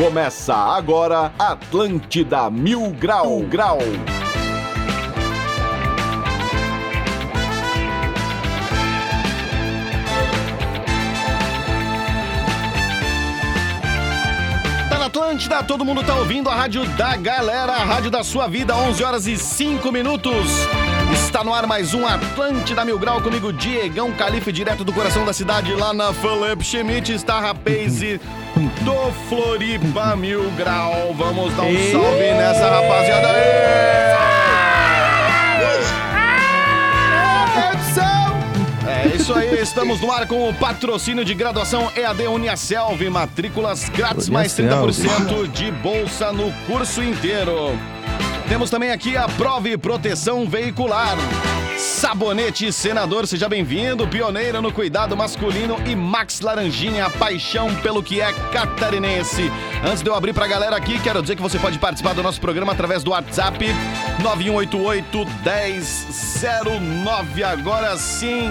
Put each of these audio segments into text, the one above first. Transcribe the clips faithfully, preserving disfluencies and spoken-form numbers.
Começa agora Atlântida Mil Grau Grau. Tá na Atlântida, todo mundo tá ouvindo a rádio da galera, a rádio da sua vida, onze horas e cinco minutos. Está no ar mais um Atlântida Mil Grau comigo, Diegão Calife, direto do coração da cidade, lá na Felipe Schmidt, está Rapaz do Floripa Mil Grau. Vamos dar um Ei. salve nessa rapaziada aí! É isso aí, estamos no ar com o patrocínio de graduação E A D Uniaselv, matrículas grátis, mais trinta por cento de bolsa no curso inteiro. Temos também aqui a Prove Proteção Veicular. Sabonete Senador, seja bem-vindo, pioneira no cuidado masculino, e Max Laranjinha, a paixão pelo que é catarinense. Antes de eu abrir pra galera aqui, quero dizer que você pode participar do nosso programa através do WhatsApp nove um oito oito, um zero zero nove. Agora sim,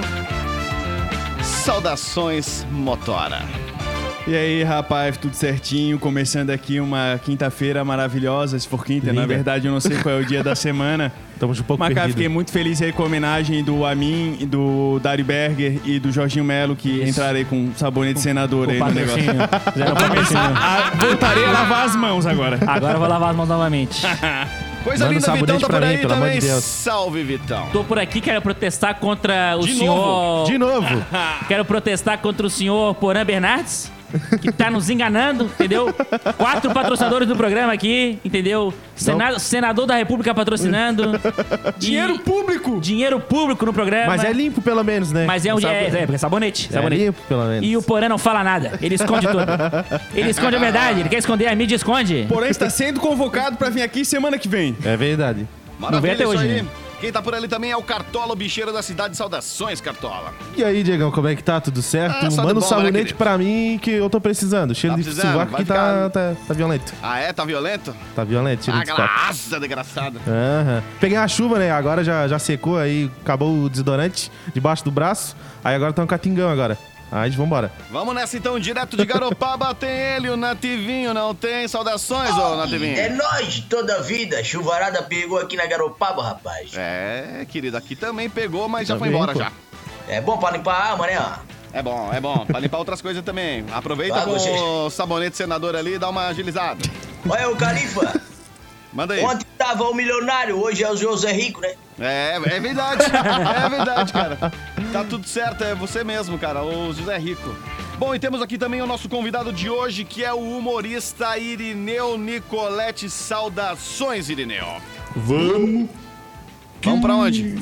saudações, Motora. E aí, rapaz, tudo certinho? Começando aqui uma quinta-feira maravilhosa, se for quinta, Linda. Na verdade eu não sei qual é o dia da semana. Estamos um pouco Mas, cara, perdido. fiquei muito feliz aí com a homenagem do Amin, do Dário Berger e do Jorginho Melo, que Isso. entrarei com sabonete senador aí no negócio. Vou começar a... Voltarei a lavar as mãos agora. Agora eu vou lavar as mãos novamente. Coisa Manda linda, Vitão tá por aí mim, pelo também. amor de Deus. Salve, Vitão. Tô por aqui, quero protestar contra o De senhor... novo? De novo. Quero protestar contra o senhor Porã Bernardes, que tá nos enganando, entendeu? Quatro patrocinadores do programa aqui, entendeu? Sena... Senador da República patrocinando. Dinheiro e... público! Dinheiro público no programa. Mas é limpo, pelo menos, né? Mas é um Sabe... é, é, é sabonete. É sabonete. limpo, pelo menos. E o Porã não fala nada. Ele esconde tudo. Ele esconde a verdade. Ele quer esconder, a mídia esconde. Porém, está sendo convocado pra vir aqui semana que vem. É verdade. Maravilha, Não veio até isso hoje, aí. né? Quem tá por ali também é o Cartola, o bicheiro da cidade. Saudações, Cartola. E aí, Diegão, como é que tá? Tudo certo? Ah, só de Manda um bom, sabonete né, pra mim que eu tô precisando. Cheiro Tá de precisando? sovaco Vai que ficar- tá, tá, tá violento. Ah, é? Tá violento? Tá violento, cheiro Ah, de sovaco. graça, desgraçado. Aham. Peguei a chuva, né? Agora já, já secou, aí acabou o desodorante debaixo do braço. Aí agora tá um catingão agora. Aí vambora. Vamos nessa então, direto de Garopaba, tem ele, o Nativinho, não tem? Saudações, ô Nativinho. É nóis, toda a vida. Chuvarada pegou aqui na Garopaba, rapaz. É, querido, aqui também pegou, mas já foi Também, embora pô. já. É bom pra limpar a alma, né? ó? É bom, é bom. Pra limpar outras coisas também. Aproveita Ah, com você- o sabonete senador ali e dá uma agilizada. Olha o Califa. Manda aí. Ontem tava o milionário, hoje é o José Rico, né? É, é verdade. É verdade, cara. Tá tudo certo, é você mesmo, cara, o José Rico. Bom, e temos aqui também o nosso convidado de hoje, que é o humorista Irineu Nicoletti. Saudações, Irineu. Vamos! Vamos pra onde?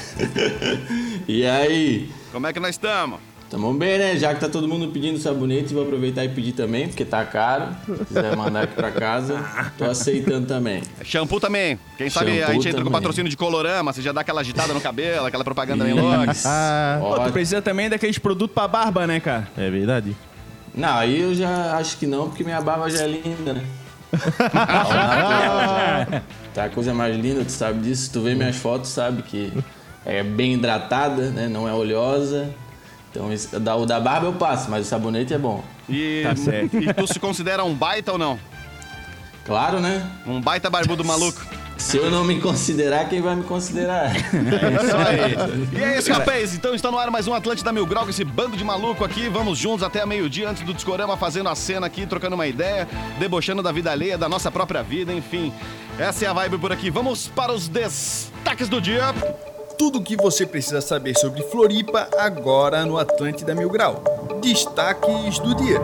E aí? Como é que nós estamos? Tamo bem, né? Já que tá todo mundo pedindo sabonete, vou aproveitar e pedir também, porque tá caro. Se quiser mandar aqui pra casa, tô aceitando também. Shampoo também. Quem sabe Shampoo a gente entra com também. patrocínio de Colorama, você já dá aquela agitada no cabelo, aquela propaganda bem louca. Isso. Ah, Pô, tu Ótimo. precisa também daqueles produtos pra barba, né, cara? é verdade. Não, aí eu já acho que não, porque minha barba já é linda, né? Tá a coisa mais linda, tu sabe disso. Se tu vê minhas fotos, sabe que é bem hidratada, né? Não é oleosa. Então isso- da- o da barba eu passo, mas o sabonete é bom. E, Tá certo. e tu se considera um baita ou não? Claro, né? Um baita barbudo maluco? Se eu não me considerar, quem vai me considerar? É isso aí. E é isso, rapaz. Então está no ar mais um Atlântida Mil Grau com esse bando de maluco aqui. Vamos juntos até a meio-dia antes do Discorama, fazendo a cena aqui, trocando uma ideia, debochando da vida alheia, da nossa própria vida, enfim. Essa é a vibe por aqui. Vamos para os destaques do dia. Tudo o que você precisa saber sobre Floripa agora no Atlântida Mil Grau. Destaques do dia.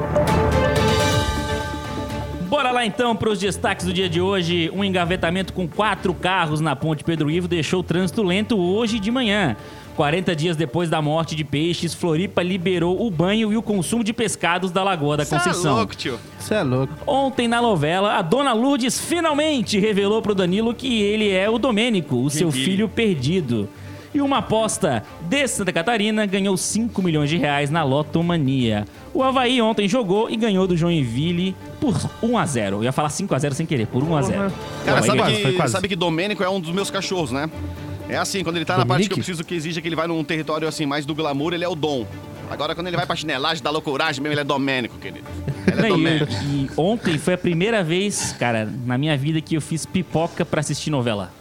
Bora lá então para os destaques do dia de hoje. Um engavetamento com quatro carros na ponte Pedro Ivo deixou o trânsito lento hoje de manhã. quarenta dias depois da morte de peixes, Floripa liberou o banho e o consumo de pescados da Lagoa da Cê é Conceição. louco, tio. Você é louco. Ontem na novela, a dona Lourdes finalmente revelou pro Danilo que ele é o Domênico, o seu filho. filho perdido. E uma aposta de Santa Catarina ganhou cinco milhões de reais na Lotomania. O Avaí ontem jogou e ganhou do Joinville por um a zero. Eu ia falar cinco a zero sem querer, por um a zero. Cara, O Avaí sabe ganhou. que, foi quase. sabe que Domênico é um dos meus cachorros, né? É assim, quando ele tá na parte Dominique? que eu preciso que exija que ele vai num território assim, mais do glamour, ele é o Dom. Agora, quando ele vai pra chinelagem, dá loucuragem mesmo, ele é Domênico, querido. Ele é Não, Domênico. e, e ontem foi a primeira vez, cara, na minha vida que eu fiz pipoca pra assistir novela.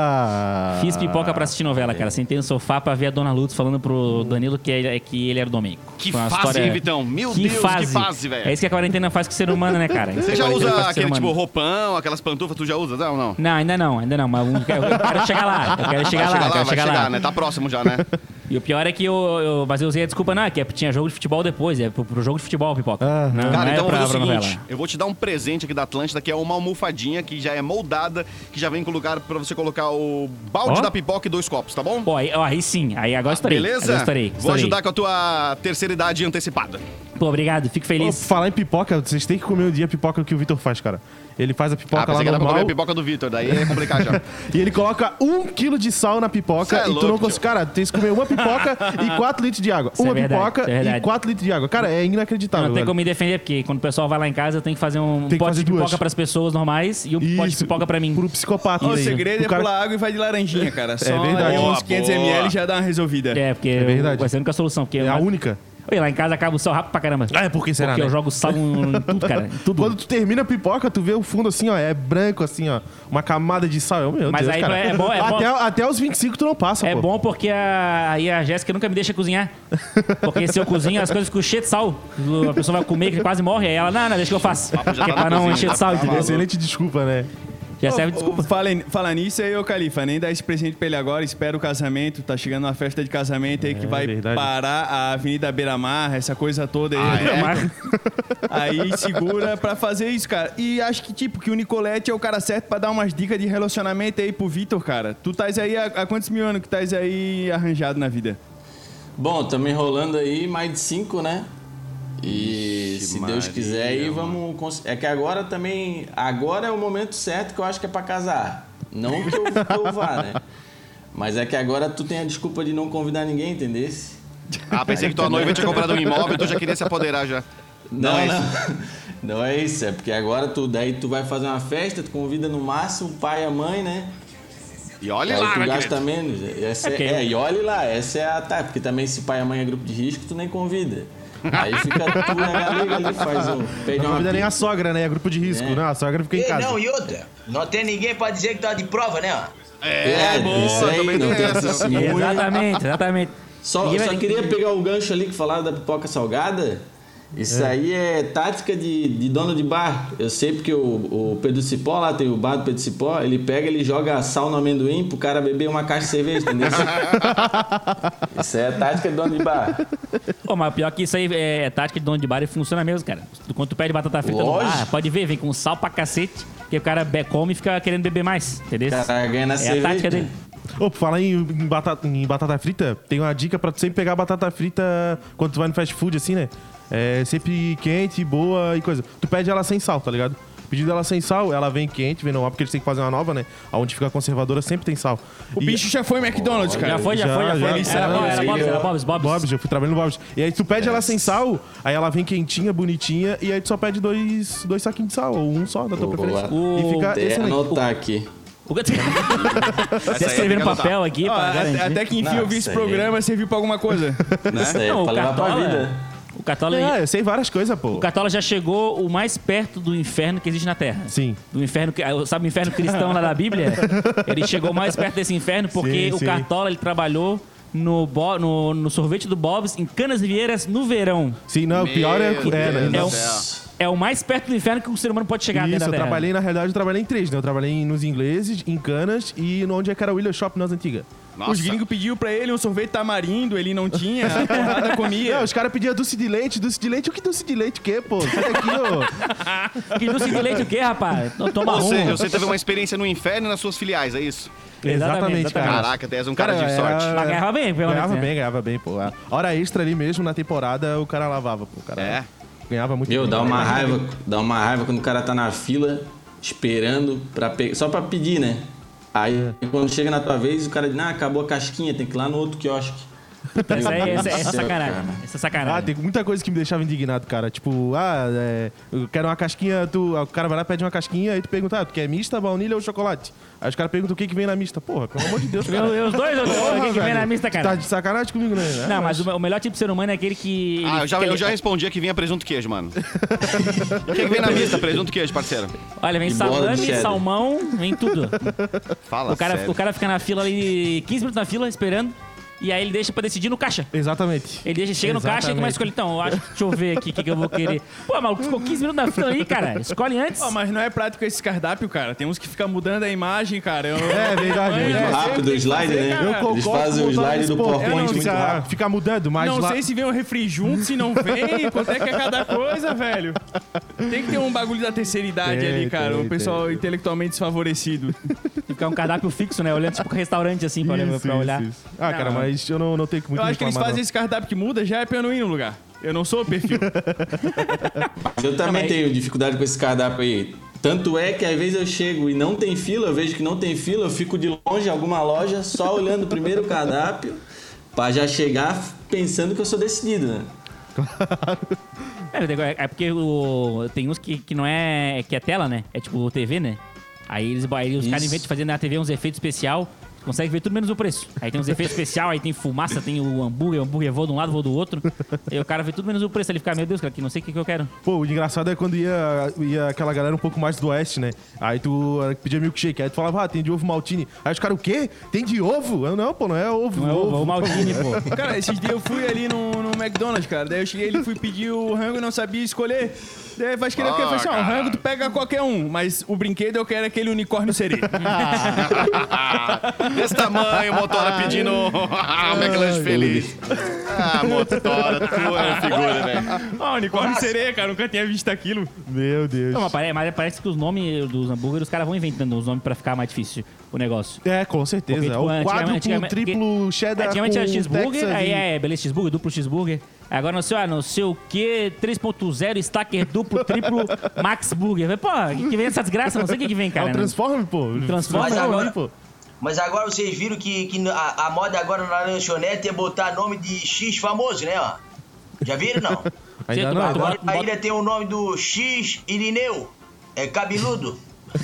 Ah. Fiz pipoca pra assistir novela, cara. Sentei no sofá pra ver a Dona Lutz falando pro Danilo que, é, que ele era o Domênico. Que Foi uma fase, história- hein, Vitão? Meu que Deus, fase. que fase, velho. É isso que a quarentena faz com o ser humano, né, cara? Isso Você que a já quarentena faz usa com o ser aquele, tipo, humano. roupão, aquelas pantufas, tu já usa? Não, não. Não, ainda não, ainda não. Mas eu quero, eu quero chegar lá. Eu quero chegar Vai lá, eu quero vai chegar, chegar, lá. né? Tá próximo já, né? E o pior é que eu, eu. Mas eu usei a desculpa, não, é que tinha jogo de futebol depois. É pro, pro jogo de futebol, pipoca. Aham. Não, Cara, não é então eu pra, vou fazer pra o novela. seguinte, eu vou te dar um presente aqui da Atlântida, que é uma almofadinha que já é moldada, que já vem com lugar pra você colocar o balde Ó. da pipoca e dois copos, tá bom? Pô, aí, ó, aí sim. Aí agora estourei. Beleza? Agora estourei. Vou estourei. ajudar com a tua terceira idade antecipada. Pô, obrigado. Fico Pô, feliz. falar em pipoca, vocês têm que comer um dia a pipoca que o Vitor faz, cara. Ele faz a pipoca Ah, pensei lá que era pra comer normal a pipoca do Vitor, daí é complicado já. e ele coloca um quilo de sal na pipoca Cê é e tu louco, não consegue... Cara, tu tem que comer uma pipoca e quatro litros de água. Isso é Uma verdade, pipoca isso é verdade. e quatro litros de água. Cara, é inacreditável, Não tem velho. como me defender, porque quando o pessoal vai lá em casa, eu tenho que fazer um Tem que pote fazer de pipoca duas. pras pessoas normais e um pote de Isso, pipoca pra mim. Pro psicopata. O aí, né? segredo O é cara- pular água e vai de laranjinha, cara. Só verdade. uns Boa, quinhentos boa. mililitros já dá uma resolvida. É, porque É verdade. vai ser a única solução. Porque É a única. Oi, lá em casa acaba o sal rápido pra caramba. Ah, é porque será, Porque né? eu jogo sal em tudo, cara. Em tudo. Quando tu termina a pipoca, tu vê o fundo assim, ó, é branco assim, ó. Uma camada de sal. Meu Mas Deus, aí cara. é bom- é bom- até, até os vinte e cinco tu não passa, É pô. bom porque a, aí a Jéssica nunca me deixa cozinhar. Porque se eu cozinho, as coisas ficam cheias de sal. A pessoa vai comer que quase morre. Aí ela, não, não, deixa que eu faço. já Que é tá pra na não cozinha, encher já de sal, tá entendeu? Excelente desculpa, né? Já serve Ô, desculpa. ô, Fala, fala nisso aí, ô Califa, nem dá esse presente pra ele agora, espera o casamento, tá chegando uma festa de casamento aí que vai verdade. parar a Avenida Beira-Mar, essa coisa toda aí. Ah, é? Mas- Aí segura pra fazer isso, cara. E acho que, tipo, que o Nicolete é o cara certo pra dar umas dicas de relacionamento aí pro Vitor, cara. Tu tais aí, há, há quantos mil anos que tais aí arranjado na vida? Bom, estamos enrolando aí mais de cinco, né? E Ixi, se Deus Maria, quiser, aí mano. vamos. cons- É que agora também. Agora é o momento certo que eu acho que é pra casar. Não que eu, que eu vá, né? Mas é que agora tu tem a desculpa de não convidar ninguém, entendeu? Ah, pensei que tua noiva tinha comprado um imóvel e tu já queria se apoderar já. Não, Não é não. Não é isso, é porque agora tu, daí tu vai fazer uma festa, tu convida no máximo o pai e a mãe, né? E olha Aí lá, tu né, gasta querido? menos. Essa é, Ok. é, e olhe lá, essa é a tá, porque também se pai e a mãe é grupo de risco, tu nem convida. Aí fica tu e a galega ali, faz um. Pede Não uma convida nem a pizza. sogra, né? É grupo de risco, É. né? A sogra fica em E casa. não, e outra, não tem ninguém pra dizer que tá de prova, né? É, isso aí, também não tem tem essa. testemunha. Exatamente, exatamente. Só, Ninguém só vai- queria pegar o gancho ali que falaram da pipoca salgada. Isso aí é tática de, de dono de bar. Eu sei porque o, o Pedro Cipó, lá tem o bar do Pedro Cipó, ele pega, ele joga sal no amendoim pro cara beber uma caixa de cerveja, entendeu? Isso é tática de dono de bar. Pô, mas pior que isso aí é tática de dono de bar e funciona mesmo, cara. Quando tu pede batata frita no Lógico. bar, pode ver, vem com sal pra cacete, que o cara be- come e fica querendo beber mais, entendeu? O cara ganha na É cerveja. a tática dele. Ô, por falar em, em batata, em batata frita, tem uma dica pra tu sempre pegar batata frita quando tu vai no fast food, assim, né? É sempre quente, boa e coisa. Tu pede ela sem sal, tá ligado? Pedindo ela sem sal, ela vem quente, vem normal, porque eles têm que fazer uma nova, né? Aonde fica a conservadora sempre tem sal. O E- bicho já foi McDonald's, cara. Já foi, já, Já, foi, já, já, foi. já, Era, já, Bob- já, era Bob's, já. era Bob's, Bob's. Bob's, eu fui trabalhando no Bob's. E aí tu pede ela sem sal, aí ela vem quentinha, bonitinha, e aí tu só pede dois, dois saquinhos de sal, ou um só, da tua Boa. preferência. O- E fica Até excelente. anotar aqui. O que- Você aí escrevendo tem que papel aqui Ó, pra até, garantir. até que enfim Não, eu vi esse isso aí. programa, serviu pra alguma coisa. Isso aí é Não, pra o levar pra Cartola, vida. o Cartola, É, eu sei várias coisas, pô. o Cartola já chegou o mais perto do inferno que existe na Terra. Sim. Do inferno, que- sabe o inferno cristão lá da Bíblia? Ele chegou mais perto desse inferno porque Sim, o sim. Cartola ele trabalhou no, Bo- no, no sorvete do Bob's em Canas Vieiras no verão. Sim, não, o pior é... Meu é, Deus né? É do o, céu. é o mais perto do inferno que o ser humano pode chegar Isso, dentro eu da Terra. trabalhei, na realidade, eu trabalhei em três, né? Eu trabalhei nos ingleses, em Canas e no onde é que era o William Shop nas antigas. Nossa. Os gringos pediu pra ele um sorvete tamarindo, ele não tinha, a porrada comia. Não, os caras pediam doce de leite, doce de leite. O que doce de leite o quê, pô? Sai daqui, ô. Que doce de leite o quê, rapaz? Não toma Ou rumo. seja, você teve uma experiência no inferno e nas suas filiais, é isso? Exatamente, cara. Caraca, tu és um cara, de era- sorte. Mas ganhava bem, pelo menos, Ganhava né? bem, ganhava bem, pô. A hora extra ali mesmo, na temporada, o cara lavava, pô. O cara É. ganhava muito Meu, bem. dá uma raiva, dá uma raiva quando o cara tá na fila, esperando, pra pe... só pra pedir, né? Aí quando chega na tua vez, o cara diz, ah, acabou a casquinha, tem que ir lá no outro quiosque. Puta, essa é, essa, essa é sacanagem. Essa é sacanagem. Ah, tem muita coisa que me deixava indignado, cara. Tipo, ah, é, eu quero uma casquinha, tu, o cara vai lá, pede uma casquinha, aí tu pergunta, ah, tu quer mista, baunilha ou chocolate? Aí os caras perguntam o que que vem na mista. Porra, pelo amor de Deus, cara. Eu- Os dois, o que, que vem na mista, cara? Tá de sacanagem comigo, né? Não, mas o, o melhor tipo de ser humano é aquele que... Ah, eu já, que eu ele- já respondi que vinha presunto e queijo, mano. O que, que vem na mista? Presunto e queijo, parceiro. Olha, vem E bola de salame, cheddar. salmão, vem tudo. Fala O cara, sério. o cara fica na fila ali, quinze minutos na fila, esperando. E aí ele deixa pra decidir no caixa. Exatamente. Ele deixa, chega no caixa e Exatamente. começa a escolher. Então, eu acho, deixa eu ver aqui o que, que eu vou querer. Pô, maluco, ficou quinze minutos na fila aí, cara. Escolhe antes. Ó, mas não é prático esse cardápio, cara. Tem uns que ficam mudando a imagem, cara. Eu... É verdade. Muito é. Rápido o slide, né? Eu Eu Eles concordo fazem com o slide nesse do ponto. PowerPoint Eu não muito Fica, rápido. fica mudando, mas Não lá... sei se vem o refri junto, se não vem, quanto é que é cada coisa, velho. Tem que ter um bagulho da terceira idade Tem, ali, cara. tem, o pessoal tem. intelectualmente desfavorecido. Ficar um cardápio fixo, né? Olhando tipo restaurante assim pra, Isso, pra olhar. isso, isso. Ah, cara, Não. mas eu não, não tenho muito Eu acho que eles reclamar, fazem esse cardápio que muda, já é pra eu não ir no lugar. Eu não sou o perfil. Eu também mas- tenho dificuldade com esse cardápio aí. Tanto é que às vezes eu chego e não tem fila, eu vejo que não tem fila, eu fico de longe em alguma loja só olhando primeiro o cardápio pra já chegar pensando que eu sou decidido, né? É, é porque o, tem uns que, que não é. Que é tela, né? É tipo T V, né? Aí, eles, aí os Isso. caras inventam de fazer na T V uns efeitos especial. Consegue ver tudo menos o preço. Aí tem uns efeitos especial, aí tem fumaça, tem o hambúrguer, o hambúrguer voa de um lado, voa do outro. Aí o cara vê tudo menos o preço. Ele fica, meu Deus, cara, que não sei o que, que eu quero. Pô, o engraçado é quando ia, ia aquela galera um pouco mais do oeste, né? Aí tu uh, pedia milkshake, aí tu falava, ah, tem de ovo maltine. Aí os caras, o quê? Tem de ovo? Eu, não, pô, não é ovo. Não é ovo, é o Maltine, pô. Cara, esses dias eu fui ali no, no McDonald's, cara. Daí eu cheguei ali, fui pedir o rango e não sabia escolher. Daí vai querer o quê? Eu falei assim, ó, o rango tu pega qualquer um, mas o brinquedo eu quero aquele unicórnio sereia. Desse tamanho, motora pedindo ah, o McLanche feliz. Ah, motora, tu é uma figura, velho. Ó, unicórnio sereia, cara, nunca tinha visto aquilo. Meu Deus. Não, mas parece, mas parece que os nomes dos hambúrgueres, os caras vão inventando os nomes pra ficar mais difícil o negócio. É, com certeza. Porque, É tipo, o quádruplo, antigamente- triplo, cheddar Antigamente com era cheeseburger, Texas aí e- é beleza cheeseburger, duplo cheeseburger. Agora não sei, ah, não sei o que, três ponto zero, stacker duplo, triplo, max burger. Pô, o que, que vem essa desgraça? Não sei o que, que vem, É cara. o Transform, pô. Transform, Mas agora- pô. Mas agora vocês viram que, que a, a moda agora na lanchonete é botar nome de X famoso, né, ó? Já viram, não? Ainda tu não. bota- Agora... Agora a ilha tem o nome do X Irineu. É cabeludo.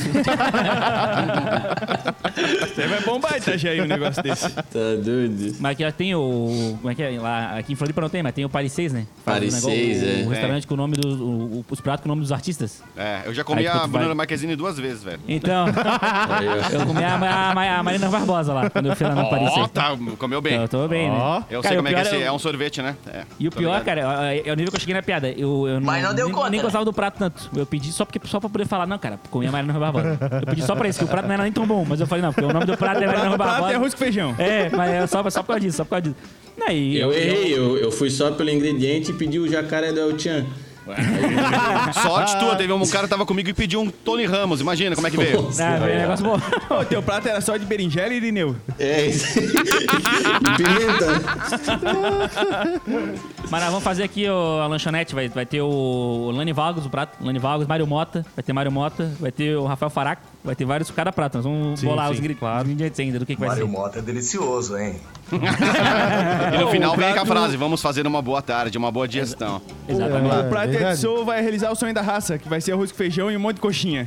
Você vai bombar, Itajaí, um negócio desse. Tá doido. Mas aqui já tem o. Como é que é? Lá, aqui em Floripa não tem, mas tem o Paris seis, né? Faz Paris o negócio- seis, o, é. O restaurante com o nome dos. O, o- os pratos com o nome dos artistas. É, eu já comi Aí, tipo, a tu Bruna vai- Marquezine duas vezes, velho. Então, Aí, ó. eu comi a, a, a Marina Barbosa lá, quando eu fui lá no Paris Ó, seis. tá, comeu bem. Eu tô bem, Ó. né? Eu Cara, sei o como é que é pior esse. é É o- um sorvete, né? É. E o tô pior, ligado. cara, é o nível que eu cheguei na piada. Eu, eu Mas não deu nem, conta, nem né? gostava do prato tanto. Eu pedi só, porque, só pra poder falar, não, cara, comi a Marina Barbosa. Eu pedi só pra isso, que o prato não era nem tão bom. Mas eu falei, não, porque o nome do prato é Marina O prato é Barbosa. arroz com feijão. É, mas é só, só por causa disso, só por causa disso. Não, e Eu errei, eu, eu fui só pelo ingrediente e pedi o jacaré do El Chan. Sorte tua, teve um cara que tava comigo e pediu um Tony Ramos. Imagina como é que veio. Ah, veio um negócio bom. Ô, teu prato era só de berinjela e irineu. É isso aí. Pimenta. Mas nós vamos fazer aqui ó, a lanchonete. Vai, vai ter o Lani Valgos, o prato. Lani Valgos, Mário Mota. Vai ter Mário Mota. Vai ter o Rafael Faraco. Vai ter vários cada prato. Nós vamos Sim, bolar sim, os gri- claro. os ingredientes ainda do que, que vai Mário ser. Mota é delicioso, hein? E no final o vem com a prato- frase: vamos fazer uma boa tarde, uma boa digestão. Exatamente. É, O prato verdade. Edson vai realizar o sonho da raça, que vai ser arroz com feijão e um monte de coxinha.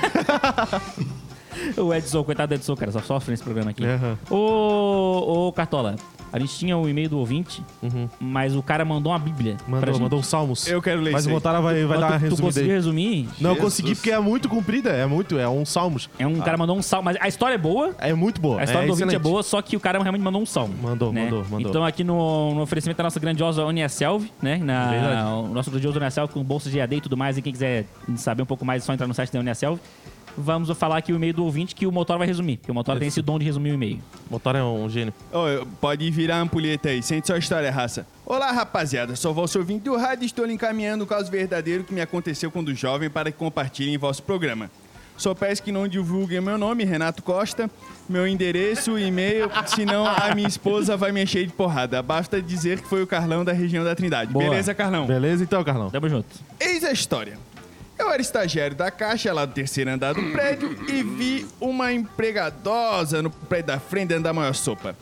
O Edson, coitado do Edson, cara, só sofre nesse programa aqui. Aham. Ô, ô, Cartola, a gente tinha o e-mail do ouvinte, mas o cara mandou uma bíblia pra Mandou, gente. mandou um salmos. Eu quero ler Mas isso o aí. Montara vai, vai Mas dar uma tu, tu resumida conseguiu aí. resumir? Não Jesus. consegui porque é muito comprida, é muito, é um salmos. É um cara mandou um salmo, mas a história é boa. É muito boa. A história é do ouvinte é excelente. boa, só que o cara realmente mandou um salmo. Mandou, né? mandou, mandou. Então aqui no, no oferecimento da nossa grandiosa Uniaselv, né? Na, Verdade. o nosso grandioso Uniaselv com bolsas de E A D e tudo mais. E quem quiser saber um pouco mais é só entrar no site da Uniaselv. Vamos falar aqui o e-mail do ouvinte que o Motor vai resumir. Porque o Motor tem esse dom de resumir o e-mail. Motor é um gênio. Ô, pode virar a ampulheta aí, sente só a história, raça. Olá, rapaziada, sou vosso ouvinte do rádio e estou lhe encaminhando o caso verdadeiro que me aconteceu quando jovem para que compartilhem em vosso programa. Só peço que não divulguem meu nome, Renato Costa, meu endereço, e-mail, senão a minha esposa vai me encher de porrada. Basta dizer que foi o Carlão da região da Trindade. Boa. Beleza, Carlão? Beleza então, Carlão? Tamo junto. Eis a história. Eu era estagiário da Caixa lá do terceiro andar do prédio e vi uma empregadosa no prédio da frente dentro da maior sopa.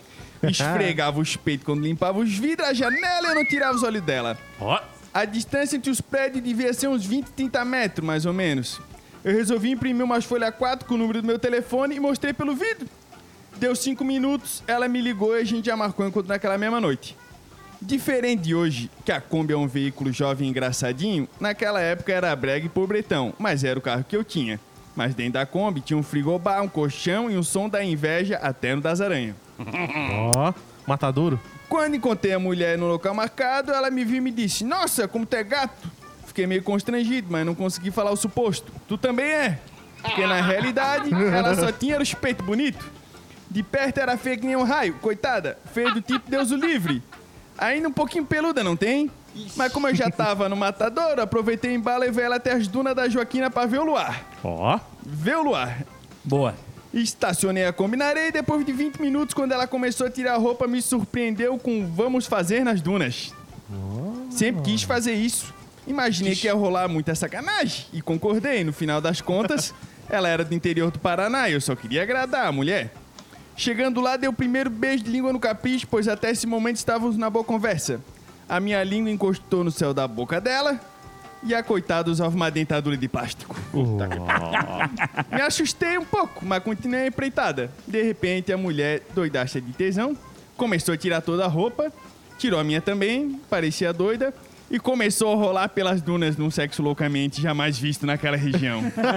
Esfregava os peitos quando limpava os vidros, a janela e eu não tirava os olhos dela. Ó. A distância entre os prédios devia ser uns vinte, trinta metros, mais ou menos. Eu resolvi imprimir umas folhas quatro com o número do meu telefone e mostrei pelo vidro. Deu cinco minutos, ela me ligou e a gente já marcou encontro naquela mesma noite. Diferente de hoje, que a Kombi é um veículo jovem e engraçadinho, naquela época era brega e pobretão, mas era o carro que eu tinha. Mas dentro da Kombi tinha um frigobar, um colchão e um som da inveja até no das aranhas. Ó, matadouro. Quando encontrei a mulher no local marcado, ela me viu e me disse: "Nossa, como tu é gato!" Fiquei meio constrangido, mas não consegui falar o suposto. "Tu também é?" Porque na realidade, ela só tinha os peitos bonitos. De perto era feia que nem um raio, coitada. Feia do tipo Deus o livre. Ainda um pouquinho peluda, não tem? Mas como eu já tava no matadouro, aproveitei o embalo e levei ela até as dunas da Joaquina pra ver o luar. Ó. Ver o luar. Boa. Estacionei a Kombi na areia e depois de vinte minutos, quando ela começou a tirar a roupa, me surpreendeu com "vamos fazer nas dunas". Sempre quis fazer isso. Imaginei que ia rolar muita sacanagem e concordei. No final das contas, ela era do interior do Paraná e eu só queria agradar a mulher. Chegando lá, dei o primeiro beijo de língua no capricho, pois até esse momento estávamos na boa conversa. A minha língua encostou no céu da boca dela e a coitada usava uma dentadura de plástico. Me assustei um pouco, mas continuei a empreitada. De repente, a mulher, doidacha de tesão, começou a tirar toda a roupa, tirou a minha também, parecia doida, e começou a rolar pelas dunas num sexo loucamente jamais visto naquela região.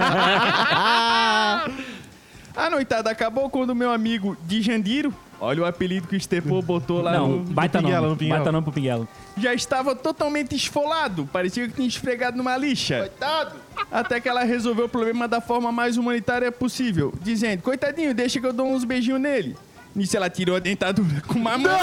A noitada acabou quando meu amigo Dijandiro, olha o apelido que o Estepô botou lá Não, no... baita Pinguelo, nome. no Pinguelo. Baita nome pro Pinguelo. Já estava totalmente esfolado, parecia que tinha esfregado numa lixa. Coitado! Até que ela resolveu o problema da forma mais humanitária possível, dizendo: "Coitadinho, deixa que eu dou uns beijinhos nele." Nisso ela tirou a dentadura com uma mão.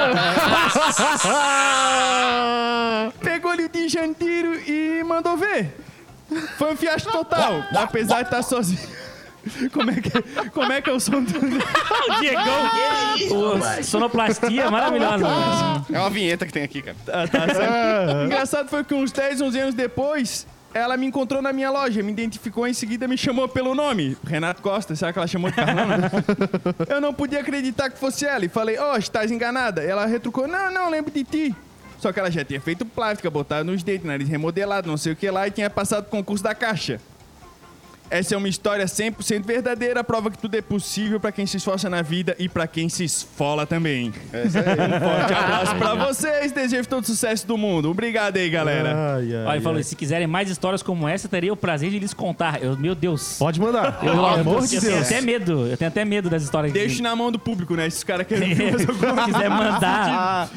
Pegou-lhe o Dijandiro e mandou ver. Foi um fiasco total, apesar de estar sozinho. Como é que, como é, que é o som do... O Diegão. O sonoplastia maravilhosa. É uma vinheta que tem aqui, cara. Ah, tá certo. Engraçado foi que uns dez, onze anos depois, ela me encontrou na minha loja, me identificou e em seguida me chamou pelo nome. Renato Costa, será que ela chamou de Carlona? Eu não podia acreditar que fosse ela e falei: "Ó, oh, estás enganada." Ela retrucou: "Não, não, lembro de ti." Só que ela já tinha feito plástica, botado nos dentes, nariz remodelado, não sei o que lá, e tinha passado o concurso da Caixa. Essa é uma história cem por cento verdadeira, prova que tudo é possível pra quem se esforça na vida e pra quem se esfola também. Um forte abraço pra vocês, desejo todo sucesso do mundo. Obrigado aí, galera. Ai, ai, Olha, ele falou: ai. se quiserem mais histórias como essa, teria o prazer de lhes contar. Eu, meu Deus. Pode mandar. Eu, Pelo eu, amor eu de tenho Deus. até medo. Eu tenho até medo das histórias. Deixo na mão do público, né? Esses caras querem ver mais Se alguma quiser mandar,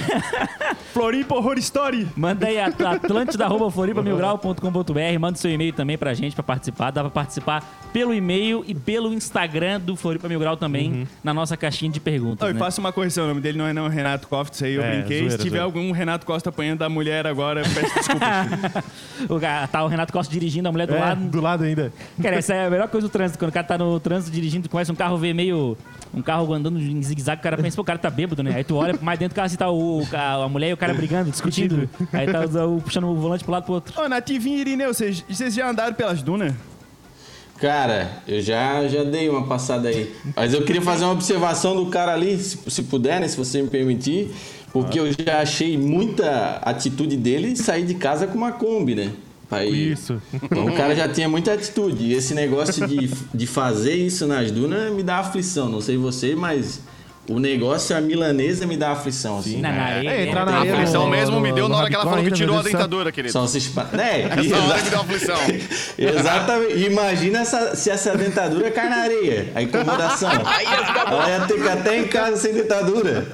Floripa Horror Story. manda aí atlântida arroba floripa mil grau ponto com ponto b r. Manda seu e-mail também pra gente pra participar. Dá pra participar pelo e-mail e pelo Instagram do Floripa Mil Grau também, Uhum. na nossa caixinha de perguntas. Oh, e né? faça uma correção, o nome dele não é não Renato Costa, isso aí eu É, brinquei. zoeira, Se tiver zoeira. algum Renato Costa apanhando da mulher agora, eu peço desculpa. O cara, tá o Renato Costa dirigindo, a mulher do É, lado. do lado ainda. Cara, essa é a melhor coisa do trânsito. Quando o cara tá no trânsito dirigindo, tu começa um carro ver meio... Um carro andando em zigue-zague, o cara pensa: pô, o cara tá bêbado, né? Aí tu olha mais dentro do carro, assim, tá o, o- a mulher e o cara brigando, discutindo. Aí tá o, o- puxando o volante pro lado pro outro. Ô, Nativinho e Irineu, vocês, vocês já andaram pelas dunas? Cara, eu já, já dei uma passada aí. Mas eu queria fazer uma observação do cara ali, se, se puder, né? Se você me permitir. Porque eu já achei muita atitude dele sair de casa com uma Kombi, né? Pra ir. Isso. Então o cara já tinha muita atitude. E esse negócio de, de fazer isso nas dunas me dá aflição. Não sei você, mas o negócio, a milanesa me dá aflição. Assim. Na areia. É, entrar na A areia. aflição no- mesmo me no- deu no na hora que ela rabicó falou que ainda, tirou meu a Deus do céu. dentadura, querido. São se espa... É, Essa hora que deu exa- aflição. exatamente. Imagina essa, se essa dentadura cai na areia. A incomodação. Ela ia ter que ir até em casa sem dentadura.